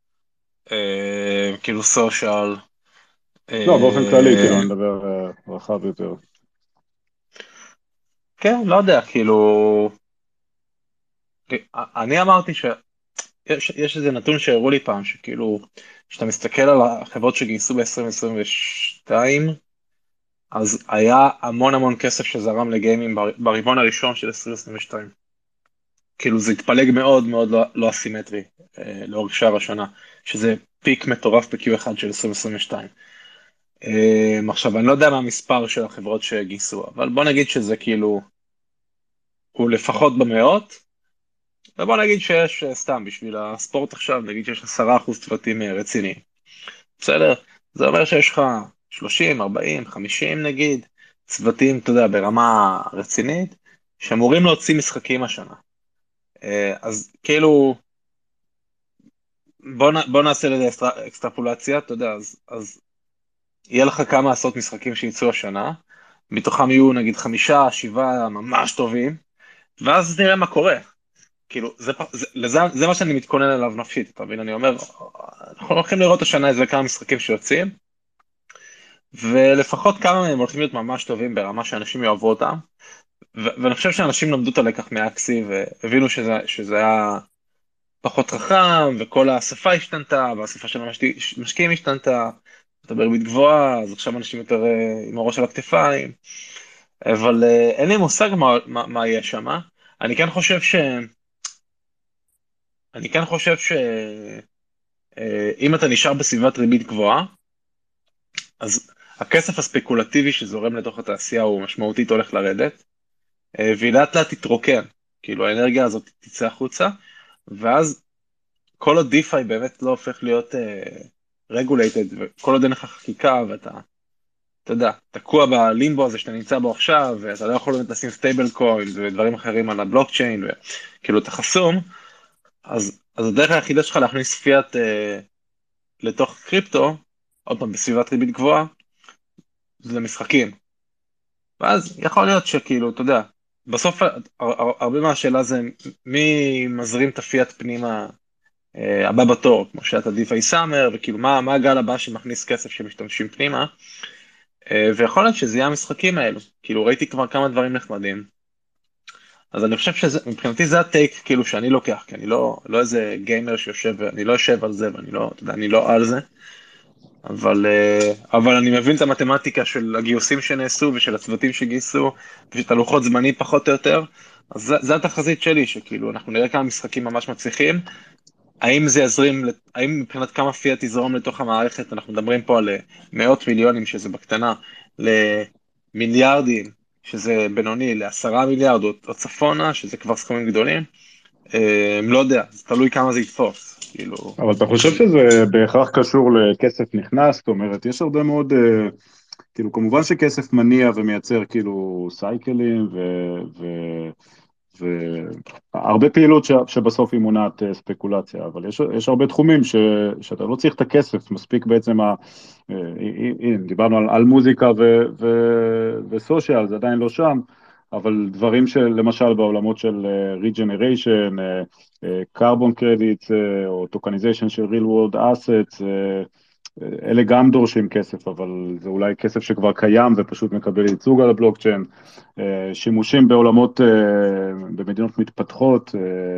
כאילו סושיאל. לא, באופן כללי, כאילו, אני מדבר רחב יותר. כן, לא יודע, כאילו... אני אמרתי יש איזה נתון שהראו לי פעם, שכאילו, כשאתה מסתכל על החברות שגייסו ב-2022, אז היה המון המון כסף שזרם לגיימים ברבעון הראשון של 2022. כאילו זה התפלג מאוד מאוד לא אסימטרי לאורך שאר השנה, שזה פיק מטורף ב-Q1 של 2022. עכשיו, אני לא יודע מה המספר של החברות שגייסו, אבל בוא נגיד שזה כאילו, הוא לפחות במאות, ובוא נגיד שיש סתם בשביל הספורט עכשיו, נגיד שיש 10% צוותים רציניים. בסדר? זה אומר שיש לך 30, 40, 50 נגיד, צוותים, אתה יודע, ברמה רצינית, שאמורים להוציא משחקים השנה. אז כאילו, בוא נעשה לזה אקסטרפולציה, אתה יודע, אז יהיה לך כמה עשרות משחקים שיצאו השנה, מתוכם יהיו נגיד 5, 7 ממש טובים, ואז נראה מה קורה. כאילו, זה מה שאני מתכונן אליו נפשית, אתה מבין? אני אומר, אנחנו הולכים לראות השנה איזה כמה משחקים שיוצאים, ולפחות כמה מהם הולכים להיות ממש טובים ברמה שאנשים יאהבו אותם, ואני חושב שאנשים למדו את הלקח מאקסי, והבינו שזה היה פחות חכם, וכל השפה השתנתה, והשפה של המשקיעים השתנתה, אתה בריבית גבוהה, אז עכשיו אנשים יותר עם הראש על הכתפיים, אבל אין לי מושג מה יהיה שם. אני כן חושב אם אתה נשאר בסביבת ריבית גבוהה, אז הכסף הספקולטיבי שזורם לתוך התעשייה הוא משמעותית הולך לרדת, והיא לאט לאט תתרוקן, כאילו האנרגיה הזאת תצא החוצה, ואז כל עוד דיפיי באמת לא הופך להיות רגולייטד, וכל עוד אין לך חקיקה, ואתה יודע, תקוע בלימבו הזה שאתה נמצא בו עכשיו, ואתה לא יכול באמת לשים סטייבל קוין ודברים אחרים על הבלוקצ'יין, וכאילו אתה חסום, אז הדרך היחידה שלך להכניס פיאט לתוך קריפטו, עוד פעם בסביבת ריבית גבוהה, זה משחקים. ואז יכול להיות שכאילו, אתה יודע, בסוף הרבה מהשאלה זה מי מזרים את הפיאט פנימה הבא בתור, כמו שאתה דיפיי סאמר, וכאילו מה הגל הבא שמכניס כסף שמשתמשים פנימה, ויכול להיות שזה יהיה המשחקים האלו, כאילו ראיתי כבר כמה דברים נחמדים, אז אני חושב שמבחינתי זה הטייק כאילו שאני לוקח, כי אני לא איזה גיימר שיושב, אני לא יושב על זה, ואני לא, אתה יודע, אני לא על זה, אבל אני מבין את המתמטיקה של הגיוסים שנעשו, ושל הצוותים שגייסו, ושל הלוחות זמנים פחות או יותר, אז זה התחזית שלי, שכאילו אנחנו נראה כמה משחקים ממש מצליחים, האם זה יזרים, האם מבחינת כמה פיאט יזרום לתוך המערכת, אנחנו מדברים פה על מאות מיליונים שזה בקטנה, למיליארדים שזה בינוני, ל10 מיליארד או צפונה, שזה כבר סכומים גדולים, לא יודע, זה תלוי כמה זה יתפוס, כאילו, אבל אתה חושב שזה בהכרח קשור לכסף נכנס? זאת אומרת, יש הרבה מאוד, כאילו, כמובן שכסף מניע ומייצר כאילו סייקלים והרבה פעילות שבסוף היא מונעת ספקולציה, אבל יש הרבה תחומים שאתה לא צריך את הכסף, מספיק בעצם, הנה, דיברנו על מוזיקה וסושיאל, זה עדיין לא שם, אבל דברים שלמשל בעולמות של regeneration, carbon credits, או tokenization של real world assets, אלה גם דורשים כסף, אבל זה אולי כסף שכבר קיים ופשוט מקבל ייצוג על הבלוקצ'יין, שימושים בעולמות, במדינות מתפתחות,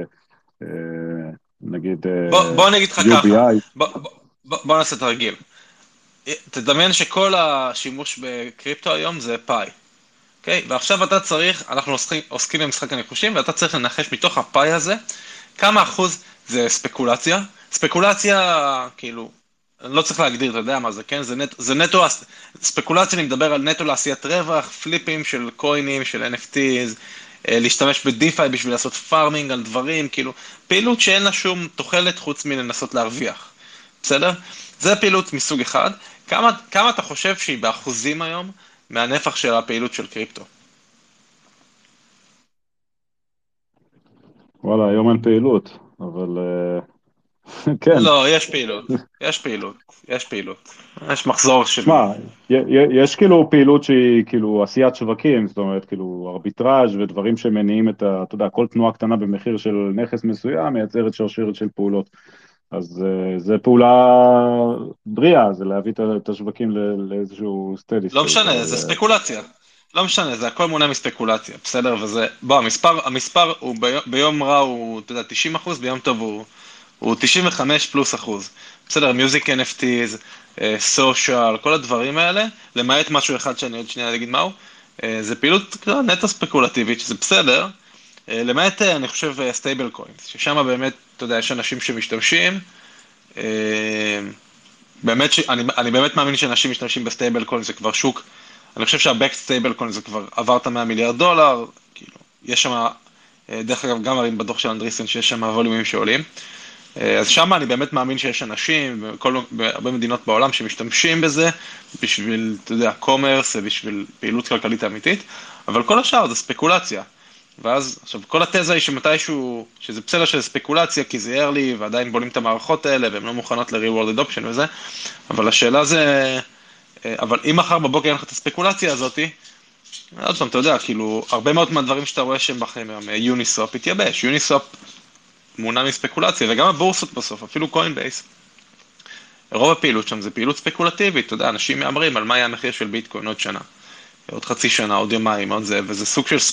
נגיד בוא אני אגיד לך ככה, UBI. בוא נעשה תרגיל. תדמיין שכל השימוש בקריפטו היום זה פאי, אוקיי? ועכשיו אתה צריך, אנחנו עוסקים במשחק הניחושים, ואתה צריך לנחש מתוך הפאי הזה, כמה אחוז זה ספקולציה. ספקולציה, כאילו, אני לא צריך להגדיר, אתה יודע מה זה, כן? זה נטו, ספקולציה, אני מדבר על נטו לעשיית רווח, פליפים של קוינים, של NFTs, להשתמש בדיפיי בשביל לעשות פארמינג על דברים, כאילו, פעילות שאין לה שום תוחלת חוץ מלנסות להרוויח, בסדר? זה פעילות מסוג אחד. כמה אתה חושב שהיא באחוזים היום מהנפח של הפעילות של קריפטו? וואלה, היום אין פעילות, אבל כן. לא, יש פעילות. יש מחזור של... שמע, יש כאילו פעילות שהיא כאילו עשיית שווקים, זאת אומרת כאילו ארביטראז' ודברים שמניעים את אתה יודע, כל תנועה קטנה במחיר של נכס מסוים מייצרת שרשרת של פעולות. אז זה פעולה בריאה, זה להביא את השווקים לאיזשהו steady לא state, משנה, זה אבל ספקולציה. לא משנה, זה הכל מונע מספקולציה, בסדר? וזה... בוא, המספר הוא ביום רע הוא, אתה יודע, 90%, ביום טוב הוא 95 פלוס אחוז. בסדר, מיוזיק NFTs, סושיאל, כל הדברים האלה, למעט משהו אחד שאני עוד שנייה אגיד מהו, זה פעילות נטו ספקולטיבית, שזה בסדר, למעט, אני חושב, סטייבל קוינס, ששם באמת, אתה יודע, יש אנשים שמשתמשים, באמת, אני באמת מאמין שאנשים משתמשים בסטייבל קוינס, זה כבר שוק, אני חושב שהבק סטייבל קוינס זה כבר עבר את $100 מיליארד, כאילו, יש שם, דרך אגב, גם מראים בדוח של אנדריסן שיש שם ווליומים שעולים, אז שם אני באמת מאמין שיש אנשים, בהרבה מדינות בעולם שמשתמשים בזה, בשביל, אתה יודע, קומרס, בשביל פעילות כלכלית אמיתית, אבל כל השאר זה ספקולציה. ואז, עכשיו, כל התזה היא שמתישהו, שזה בסדר שזה ספקולציה, כי זה early, ועדיין בונים את המערכות האלה, והן לא מוכנות ל-real world adoption וזה, אבל השאלה זה, אבל אם מחר בבוקר אין לך את הספקולציה הזאת, עוד פעם, אתה יודע, כאילו, הרבה מאוד מהדברים שאתה רואה שהם בחיים היום, יוניסופ התייבש, יוניסופ מונע מספקולציה, וגם הבורסות בסוף, אפילו קוינבייס, רוב הפעילות שם זה פעילות ספקולטיבית, אתה יודע, אנשים מאמרים על מה יהיה המחיר של ביטקוין עוד שנה, עוד חצי שנה, עוד יומיים, עוד זה, וזה סוג של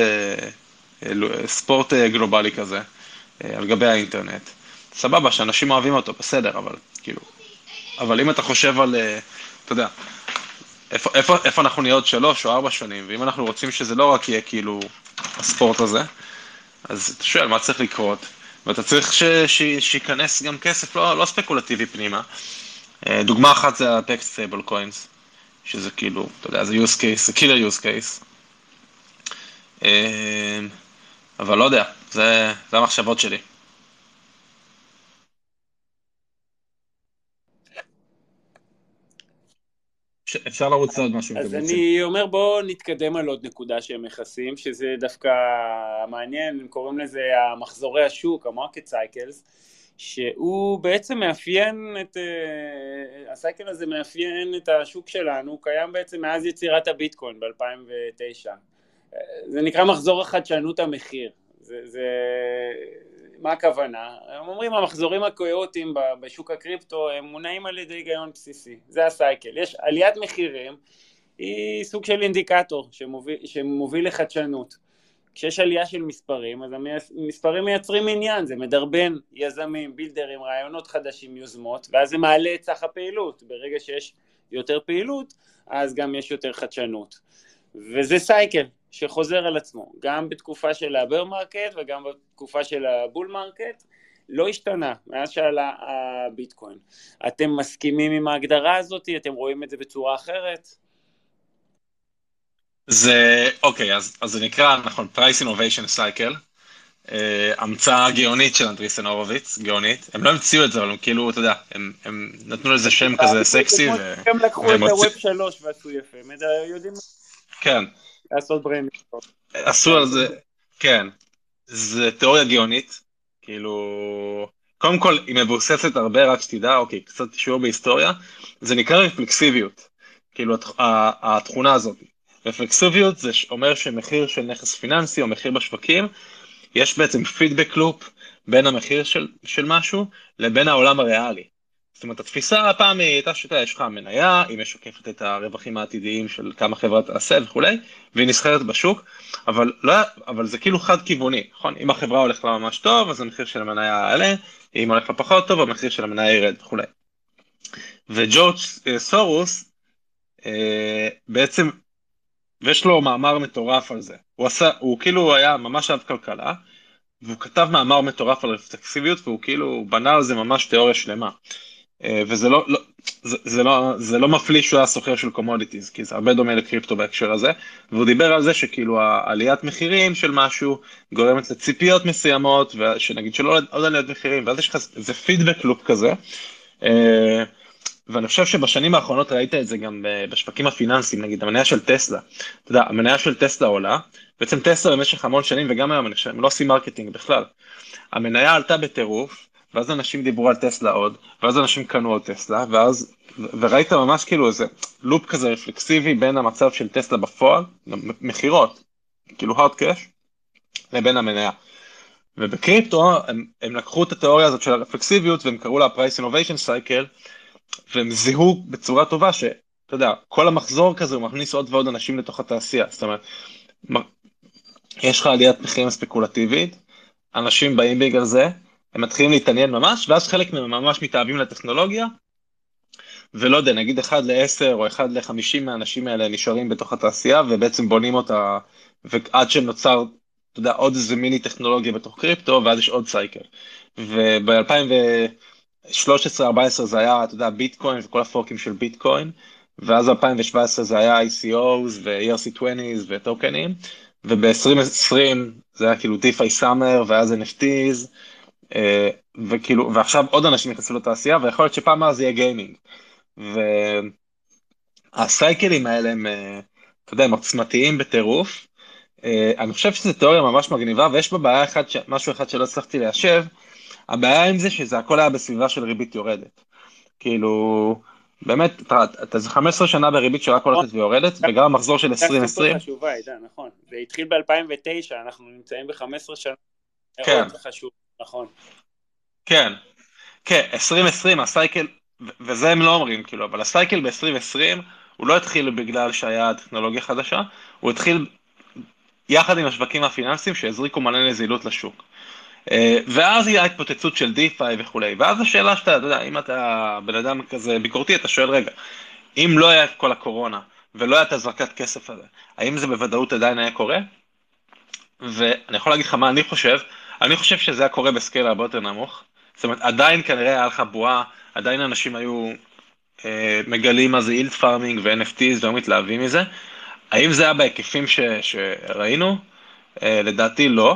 ספורט גלובלי כזה, על גבי האינטרנט. סבבה, שאנשים אוהבים אותו, בסדר, אבל כאילו, אבל אם אתה חושב על, אתה יודע, איפה אנחנו נהיה עוד 3 או 4 שנים, ואם אנחנו רוצים שזה לא רק יהיה כאילו הספורט הזה, אז אתה שואל מה צריך לקרות, ואתה צריך שיכנס גם כסף לא ספקולטיבי פנימה. דוגמה אחת זה ה-Pax Stable Coins, שזה כאילו, אתה יודע, זה use case, זה killer use case. אבל לא יודע, זה המחשבות שלי. אפשר לרוץ לעוד משהו אם אז אתם רוצים. אני אומר בואו נתקדם על עוד נקודה שהם מכסים, שזה דווקא מעניין, הם קוראים לזה המחזורי השוק, המרקט סייקלס, שהוא בעצם מאפיין הסייקל הזה מאפיין את השוק שלנו, הוא קיים בעצם מאז יצירת הביטקוין ב-2009. זה נקרא מחזור החדשנות המחיר. מה הכוונה? הם אומרים המחזורים הקויוטיים בשוק הקריפטו הם מונעים על ידי היגיון בסיסי, זה הסייקל. יש עליית מחירים, היא סוג של אינדיקטור שמוביל לחדשנות. כשיש עלייה של מספרים, אז המספרים מייצרים עניין, זה מדרבן יזמים, בילדרים, רעיונות חדשים, יוזמות, ואז זה מעלה את סך הפעילות. ברגע שיש יותר פעילות, אז גם יש יותר חדשנות. וזה סייקל שחוזר על עצמו, גם בתקופה של הבר מרקט וגם בתקופה של הבול מרקט, לא השתנה מאז שעלה הביטקוין. אתם מסכימים עם ההגדרה הזאת? אתם רואים את זה בצורה אחרת? זה, אוקיי, אז זה נקרא, נכון, Price Innovation Cycle. המצאה גאונית של אנדריסן הורוביץ, גאונית. הם לא המציאו את זה, אבל הם כאילו, אתה יודע, הם נתנו לזה שם כזה זה סקסי, כמו שהם לקחו והם את הוציאו, הווב 3 ועשו יפה, הם יודעים כן, לעשות ברנד. עשו על זה, כן, זה תיאוריה גאונית, כאילו, קודם כל, היא מבוססת הרבה, רק שתדע, אוקיי, קצת שיעור בהיסטוריה, זה נקרא רפלקסיביות, כאילו, התכונה הזאת. רפלקסיביות זה אומר שמחיר של נכס פיננסי או מחיר בשווקים, יש בעצם פידבק לופ בין המחיר של משהו לבין העולם הריאלי. זאת אומרת, התפיסה הפעם היא הייתה שאתה, יש לך מניה, היא משקפת את הרווחים העתידיים של כמה חברה תעשה וכולי, והיא נסחרת בשוק, אבל זה כאילו חד כיווני, נכון? אם החברה הולכת לה ממש טוב, אז המחיר של המניה יעלה, אם הולך לה פחות טוב, המחיר של המניה ירד וכולי. וג'ורג' סורוס, בעצם, ויש לו מאמר מטורף על זה. הוא כאילו היה ממש אהב כלכלה, והוא כתב מאמר מטורף על רפלקסיביות, והוא כאילו בנה על זה ממש תיאוריה שלמה. וזה זה לא מפליא שהוא היה סוחר של קומודיטיז, כי זה הרבה דומה לקריפטו בהקשר הזה, והוא דיבר על זה שכאילו העליית מחירים של משהו גורמת לציפיות מסוימות, שנגיד שלא עוד עליית מחירים, ואז יש לך איזה פידבק לופ כזה, ואני חושב שבשנים האחרונות ראית את זה גם בשווקים הפיננסיים, נגיד המניה של טסלה, אתה יודע, המניה של טסלה עולה, בעצם טסלה במשך המון שנים, וגם היום הם לא עושים מרקטינג בכלל, המניה עלתה בטירוף, ואז אנשים דיברו על טסלה עוד, ואז אנשים קנו עוד טסלה, וראית ממש כאילו איזה לופ כזה רפלקסיבי בין המצב של טסלה בפועל, מחירות, כאילו hard cash, לבין המניה. ובקריפטו הם לקחו את התיאוריה הזאת של הרפלקסיביות, והם קראו לה Price Innovation Cycle, והם זיהו בצורה טובה שאתה יודע, כל המחזור כזה הוא מכניס עוד ועוד אנשים לתוך התעשייה, זאת אומרת, יש לך עליית מחירים ספקולטיבית, אנשים באים בגלל זה, הם מתחילים להתעניין ממש, ואז חלק מהם ממש מתאהבים לטכנולוגיה, ולא יודע, נגיד 1 ל-10 או 1 ל-50 מהאנשים האלה נשארים בתוך התעשייה, ובעצם בונים אותה, ועד שנוצר, אתה יודע, עוד איזה מיני טכנולוגיה בתוך קריפטו, ואז יש עוד סייקל. וב-2013-2014 זה היה, אתה יודע, ביטקוין וכל הפורקים של ביטקוין, ואז 2017 זה היה ICOs ו-ERC20s וטוקנים, וב-2020 זה היה כאילו DeFi Summer, ואז NFTs, וכאילו, ועכשיו עוד אנשים נכנסו לתעשייה, ויכול להיות שפעם זה יהיה גיימינג. והסייקלים האלה הם, אתה יודע, הם עוצמתיים בטירוף. אני חושב שזו תיאוריה ממש מגניבה, ויש בה בעיה משהו אחד שלא הצלחתי ליישב, הבעיה עם זה שזה הכל היה בסביבה של ריבית יורדת. כאילו, באמת, אתה זה 15 שנה בריבית שרק הולכת ויורדת, וגם המחזור של 2020. זה חשובה, עידן, נכון. זה התחיל ב-2009, אנחנו נמצאים ב-15 שנה. כן. מאוד חשוב, נכון. כן, כן, 2020, הסייקל, וזה הם לא אומרים, כאילו, אבל הסייקל ב-2020, הוא לא התחיל בגלל שהיה טכנולוגיה חדשה, הוא התחיל יחד עם השווקים הפיננסיים שהזריקו מלא נזילות לשוק. ואז היא ההתפוצצות של דיפיי וכולי, ואז השאלה שאתה, אתה יודע, אם אתה בן אדם כזה ביקורתי, אתה שואל רגע, אם לא היה את כל הקורונה, ולא היה את הזרקת כסף הזה, האם זה בוודאות עדיין היה קורה? ואני יכול להגיד לך מה אני חושב שזה היה קורה בסקייל הרבה יותר נמוך, זאת אומרת, עדיין כנראה היה לך בועה, עדיין אנשים היו מגלים מה זה אילד פארמינג ו-NFTs ומתלהבים מזה, האם זה היה בהיקפים שראינו? לדעתי לא,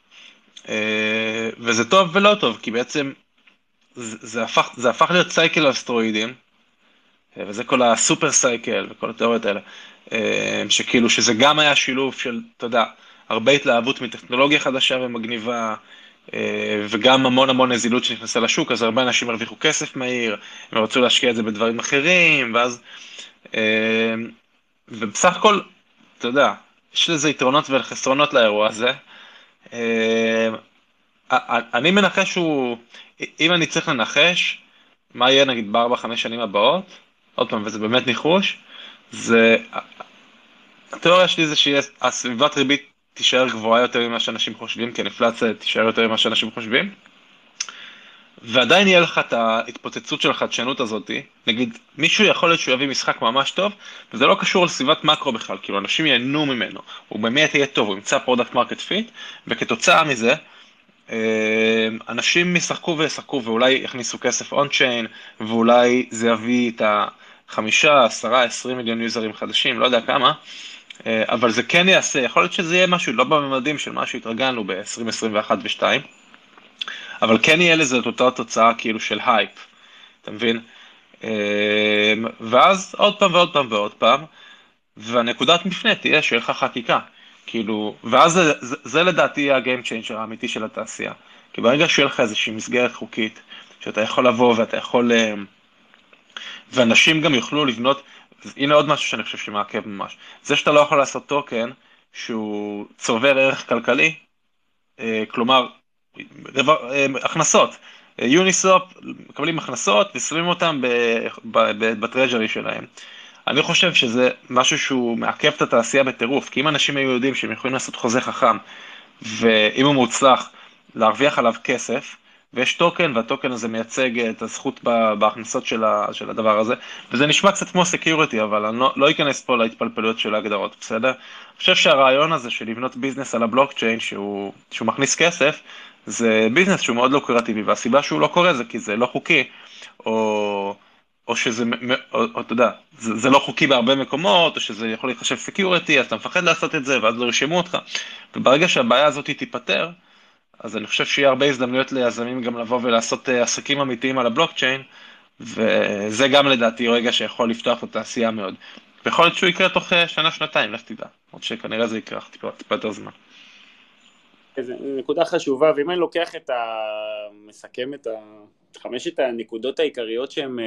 וזה טוב ולא טוב, כי בעצם זה הפך להיות סייקל על סטרואידים, וזה כל הסופר סייקל וכל התיאוריות האלה, שכאילו שזה גם היה שילוב של, אתה יודע, הרבה התלהבות מטכנולוגיה חדשה ומגניבה, וגם המון המון נזילות שנכנסה לשוק, אז הרבה אנשים הרוויחו כסף מהיר, הם רצו להשקיע את זה בדברים אחרים, ואז, ובסך הכל, אתה יודע, יש לזה יתרונות וחסרונות לאירוע הזה. אני מנחש שהוא, אם אני צריך לנחש, מה יהיה נגיד ב4-5 שנים הבאות, עוד פעם, וזה באמת ניחוש, זה, התיאוריה שלי זה שהסביבת ריבית תישאר גבוהה יותר ממה שאנשים חושבים, כי האינפלציה תישאר יותר ממה שאנשים חושבים, ועדיין יהיה לך את ההתפוצצות של החדשנות הזאת, נגיד, מישהו יכול להיות שהוא יביא משחק ממש טוב, וזה לא קשור לסביבת מקרו בכלל, כאילו אנשים ייהנו ממנו, הוא באמת יהיה טוב, הוא ימצא פרודקט מרקט פיט, וכתוצאה מזה, אנשים ישחקו וישחקו, ואולי יכניסו כסף און-צ'יין, ואולי זה יביא את 5, 10, 20 מיליון יוזרים חדשים, לא יודע כמה, אבל זה כן יעשה, יכול להיות שזה יהיה משהו לא בממדים של מה שהתרגלנו ב-2021 ו-2, אבל כן יהיה לזה את אותה תוצאה כאילו של הייפ, אתה מבין? ואז עוד פעם ועוד פעם ועוד פעם, והנקודת מפנה תהיה שיהיה לך חקיקה, כאילו, ואז זה לדעתי ה-game changer האמיתי של התעשייה, כי ברגע שיהיה לך איזושהי מסגרת חוקית, שאתה יכול לבוא ואתה יכול, ואנשים גם יוכלו לבנות, הנה עוד משהו שאני חושב שמעכב ממש, זה שאתה לא יכול לעשות טוקן שהוא צובר ערך כלכלי, כלומר, הכנסות, יוניסופ מקבלים הכנסות ושמים אותם בטרז'רי שלהם. אני חושב שזה משהו שהוא מעכב את התעשייה בטירוף, כי אם אנשים היו יודעים שהם יכולים לעשות חוזה חכם, ואם הוא מוצלח, להרוויח עליו כסף, ויש טוקן, והטוקן הזה מייצג את הזכות בהכנסות של הדבר הזה, וזה נשמע קצת כמו סקיוריטי, אבל אני לא אכנס פה להתפלפלויות של ההגדרות, בסדר? אני חושב שהרעיון הזה של לבנות ביזנס על הבלוקצ'יין, שהוא מכניס כסף, זה ביזנס שהוא מאוד לוקרטיבי, והסיבה שהוא לא קורה זה כי זה לא חוקי, או שזה, או אתה יודע, זה לא חוקי בהרבה מקומות, או שזה יכול להיחשב סקיוריטי, אז אתה מפחד לעשות את זה, ואז לא רשמו אותך. וברגע שהבעיה הזאת תיפטר, אז אני חושב שיהיה הרבה הזדמנויות ליזמים גם לבוא ולעשות עסקים אמיתיים על הבלוקצ'יין, וזה גם לדעתי רגע שיכול לפתוח את התעשייה מאוד. ויכול להיות שהוא יקרה תוך שנה-שנתיים, לך תדע. עוד שכנראה זה יקרה טיפה יותר זמן. זו נקודה חשובה, ואם אני לוקח מסכם את חמשת הנקודות העיקריות שהם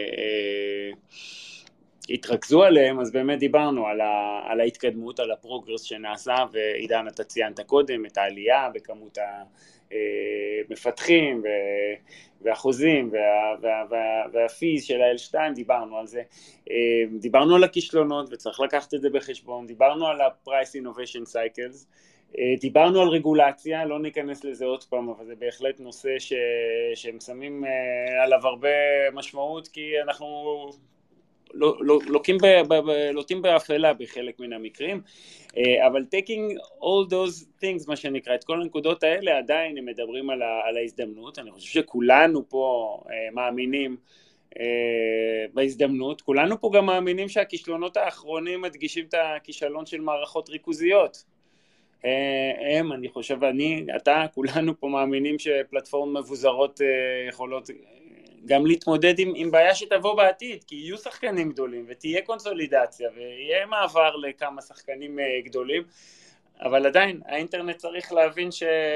התרכזו עליהם, אז באמת דיברנו על ההתקדמות, על הפרוגרס שנעשה, ועידן אתה ציינת קודם, את העלייה בכמות המפתחים והחוזים והפיז של ה-L2, דיברנו על זה, דיברנו על הכישלונות וצריך לקחת את זה בחשבון, דיברנו על ה-Price Innovation Cycles, דיברנו על רגולציה, לא ניכנס לזה עוד פעם, אבל זה בהחלט נושא שהם שמים עליו הרבה משמעות, כי אנחנו לוטים באפלה בחלק מן המקרים, אבל taking all those things, מה שנקרא, את כל הנקודות האלה, עדיין הם מדברים על ההזדמנות. אני חושב שכולנו פה מאמינים בהזדמנות, כולנו פה גם מאמינים שהכישלונות האחרונים מדגישים את הכישלון של מערכות ריכוזיות. אני חושב, אתה, כולנו פה מאמינים שפלטפורמות מבוזרות יכולות גם להתמודד עם בעיה שתבוא בעתיד, כי יהיו שחקנים גדולים ותהיה קונסולידציה ויהיה מעבר לכמה שחקנים גדולים, אבל עדיין האינטרנט צריך להבין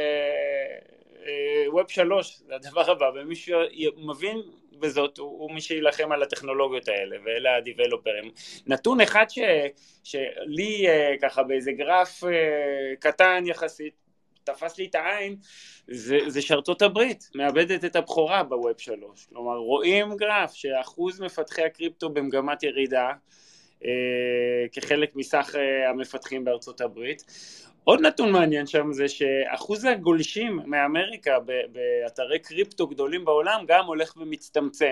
שווב 3 זה הדבר הבא, ומי שמבין בזאת הוא מי שילחם על הטכנולוגיות האלה, ואלה הדיבלופרים. נתון אחד שלי ככה באיזה גרף קטן יחסית תפס לי את העין, זה שארצות הברית מאבדת את הבכורה בווב 3. כלומר, רואים גרף שאחוז מפתחי הקריפטו במגמת ירידה, כחלק מסך המפתחים בארצות הברית. עוד נתון מעניין שם זה שאחוז הגולשים מאמריקה באתרי קריפטו גדולים בעולם גם הולך ומצטמצם.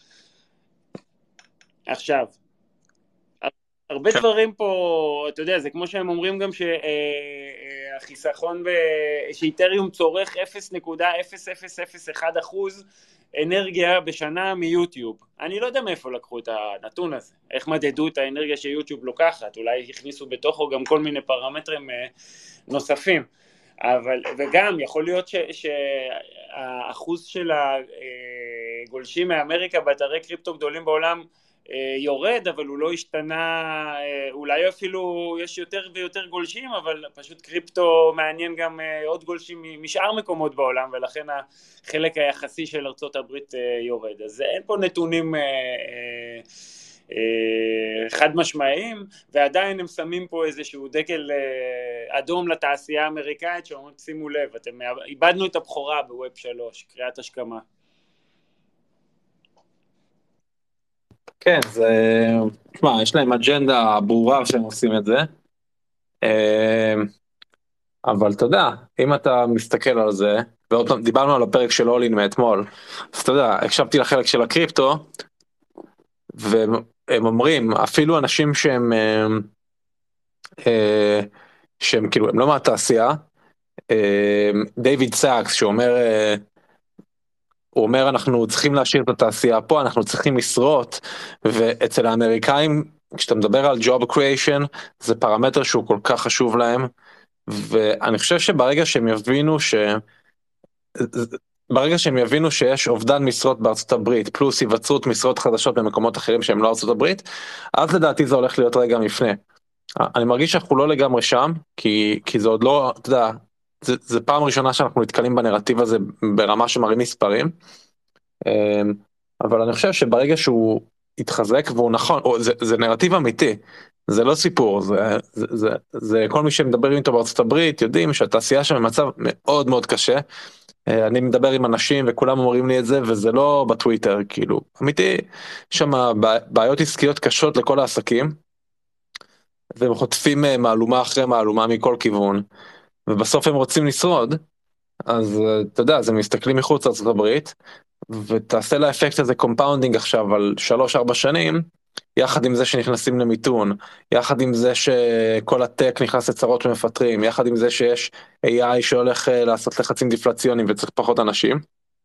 עכשיו, הרבה דברים פה, אתה יודע, זה כמו שהם אומרים גם שהחיסכון שאיתריום צורך 0.0001% אנרגיה בשנה מיוטיוב. אני לא יודע מאיפה לקחו את הנתון הזה, איך מדדו את האנרגיה שיוטיוב לוקחת, אולי הכניסו בתוכו גם כל מיני פרמטרים נוספים, וגם יכול להיות שהאחוז של הגולשים מאמריקה באתרי קריפטו גדולים בעולם יורד, אבל הוא לא השתנה, אולי אפילו יש יותר ויותר גולשים, אבל פשוט קריפטו מעניין גם עוד גולשים משאר מקומות בעולם, ולכן החלק היחסי של ארצות הברית יורד. אז אין פה נתונים חד משמעיים, ועדיין הם שמים פה איזשהו דגל אדום לתעשייה האמריקאית, שאומרים, שימו לב, איבדנו את הבכורה בווב 3, קריאת השכמה. כן, תשמע, יש להם אג'נדה ברורה שהם עושים את זה, אבל אתה יודע, אם אתה מסתכל על זה, ועוד פעם, דיברנו על הפרק של אולין מאתמול, אז אתה יודע, הקשבתי לחלק של הקריפטו, והם אומרים, אפילו אנשים שהם כאילו, הם לא מהתעשייה, דיוויד סאקס, שאומר, הוא אומר, אנחנו צריכים להשאיר את התעשייה פה, אנחנו צריכים משרות, ואצל האמריקאים כשאתה מדבר על job creation, זה פרמטר שהוא כל כך חשוב להם, ואני חושב שברגע שהם יבינו ברגע שהם יבינו שיש אובדן משרות בארצות הברית, פלוס היווצרות משרות חדשות במקומות אחרים שהם לא ארצות הברית, אז לדעתי זה הולך להיות רגע מפנה. אני מרגיש שאנחנו לא לגמרי שם, כי זה עוד לא, אתה יודע, זה פעם ראשונה שאנחנו נתקלים בנרטיב הזה ברמה שמראים מספרים, אבל אני חושב שברגע שהוא יתחזק, והוא נכון, זה נרטיב אמיתי, זה לא סיפור, זה כל מי שמדבר איתו בארצות הברית, יודעים שהתעשייה שם במצב מאוד מאוד קשה, אני מדבר עם אנשים וכולם אומרים לי את זה, וזה לא בטוויטר, כאילו, אמיתי, שם בעיות עסקיות קשות לכל העסקים, והם חוטפים מהלומה אחרי מהלומה מכל כיוון, ובסוף הם רוצים לשרוד, אז אתה יודע, אז הם מסתכלים מחוץ לארצות הברית, ותעשה לאפקט הזה קומפאונדינג עכשיו על 3-4 שנים, יחד עם זה שנכנסים למיתון, יחד עם זה שכל הטק נכנס לצרות ומפטרים, יחד עם זה שיש AI שהולך לעשות לחצים דיפלציונים וצריך פחות אנשים,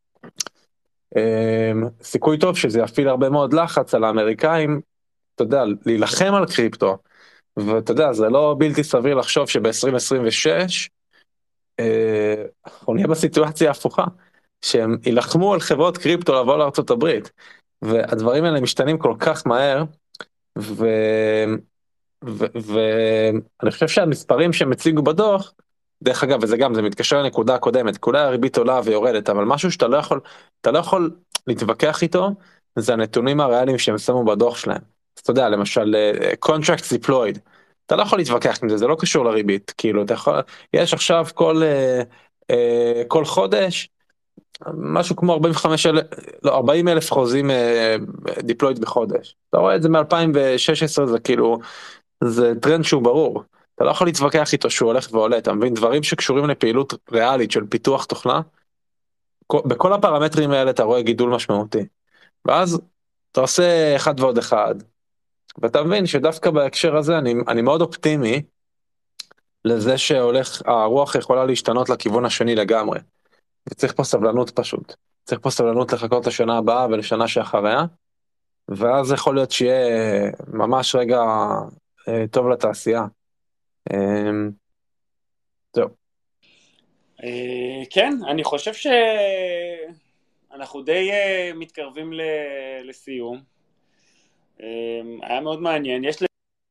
סיכוי טוב שזה יפעיל הרבה מאוד לחץ על האמריקאים, אתה יודע, להילחם על קריפטו, ואתה יודע, זה לא בלתי סביר לחשוב שב-2026, אנחנו נהיה בסיטואציה הפוכה, שהם ילחמו על חברות קריפטו לבוא לארצות הברית, והדברים האלה משתנים כל כך מהר, ואני חושב שהמספרים שהם הציגו בדוח, דרך אגב, וזה גם, זה מתקשר לנקודה הקודמת, כולה הריבית עולה ויורדת, אבל משהו שאתה לא יכול להתווכח איתו, זה הנתונים הריאליים שהם שמו בדוח שלהם. אז אתה יודע, למשל, contracts deployed, אתה לא יכול להתווכח עם זה, זה לא קשור לריבית, כאילו, אתה יכול, יש עכשיו כל חודש, משהו כמו 40,000 חוזים deployed בחודש. אתה רואה את זה מ-2016, זה כאילו, זה טרנד שהוא ברור. אתה לא יכול להתווכח איתו שהוא הולך ועולה, אתה מבין? דברים שקשורים לפעילות ריאלית של פיתוח תוכנה, בכל הפרמטרים האלה אתה רואה גידול משמעותי. ואז אתה עושה אחד ועוד אחד, ואתה מבין שדווקא בהקשר הזה אני מאוד אופטימי, לזה הרוח יכולה להשתנות לכיוון השני לגמרי. וצריך פה סבלנות פשוט. צריך פה סבלנות לחכות לשנה הבאה ולשנה שאחריה, ואז יכול להיות שיהיה ממש רגע טוב לתעשייה. זהו. כן, אני חושב שאנחנו די מתקרבים לסיום. היה מאוד מעניין. יש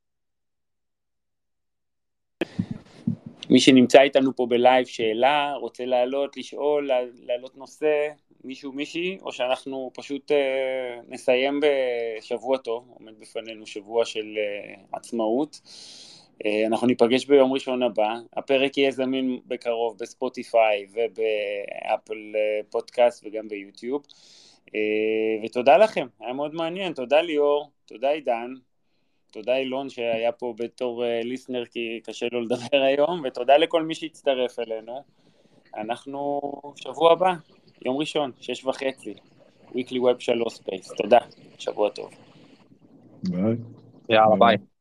מי שנמצא איתנו פה בלייב שאלה, רוצה לעלות, לשאול, לעלות נושא, מישהי, או שאנחנו פשוט נסיים בשבוע טוב, עומד בפנינו שבוע של עצמאות. אנחנו ניפגש ביום ראשון הבא, הפרק יהיה זמין בקרוב בספוטיפיי ובאפל פודקאסט וגם ביוטיוב, ותודה לכם, היה מאוד מעניין, תודה ליאור, תודה עידן, תודה אילון שהיה פה בתור ליסנר כי קשה לו לדבר היום, ותודה לכל מי שהצטרף אלינו. אנחנו שבוע הבא, יום ראשון, 6:30, Weekly Web 3 Space. תודה, שבוע טוב. ביי. יאללה, ביי.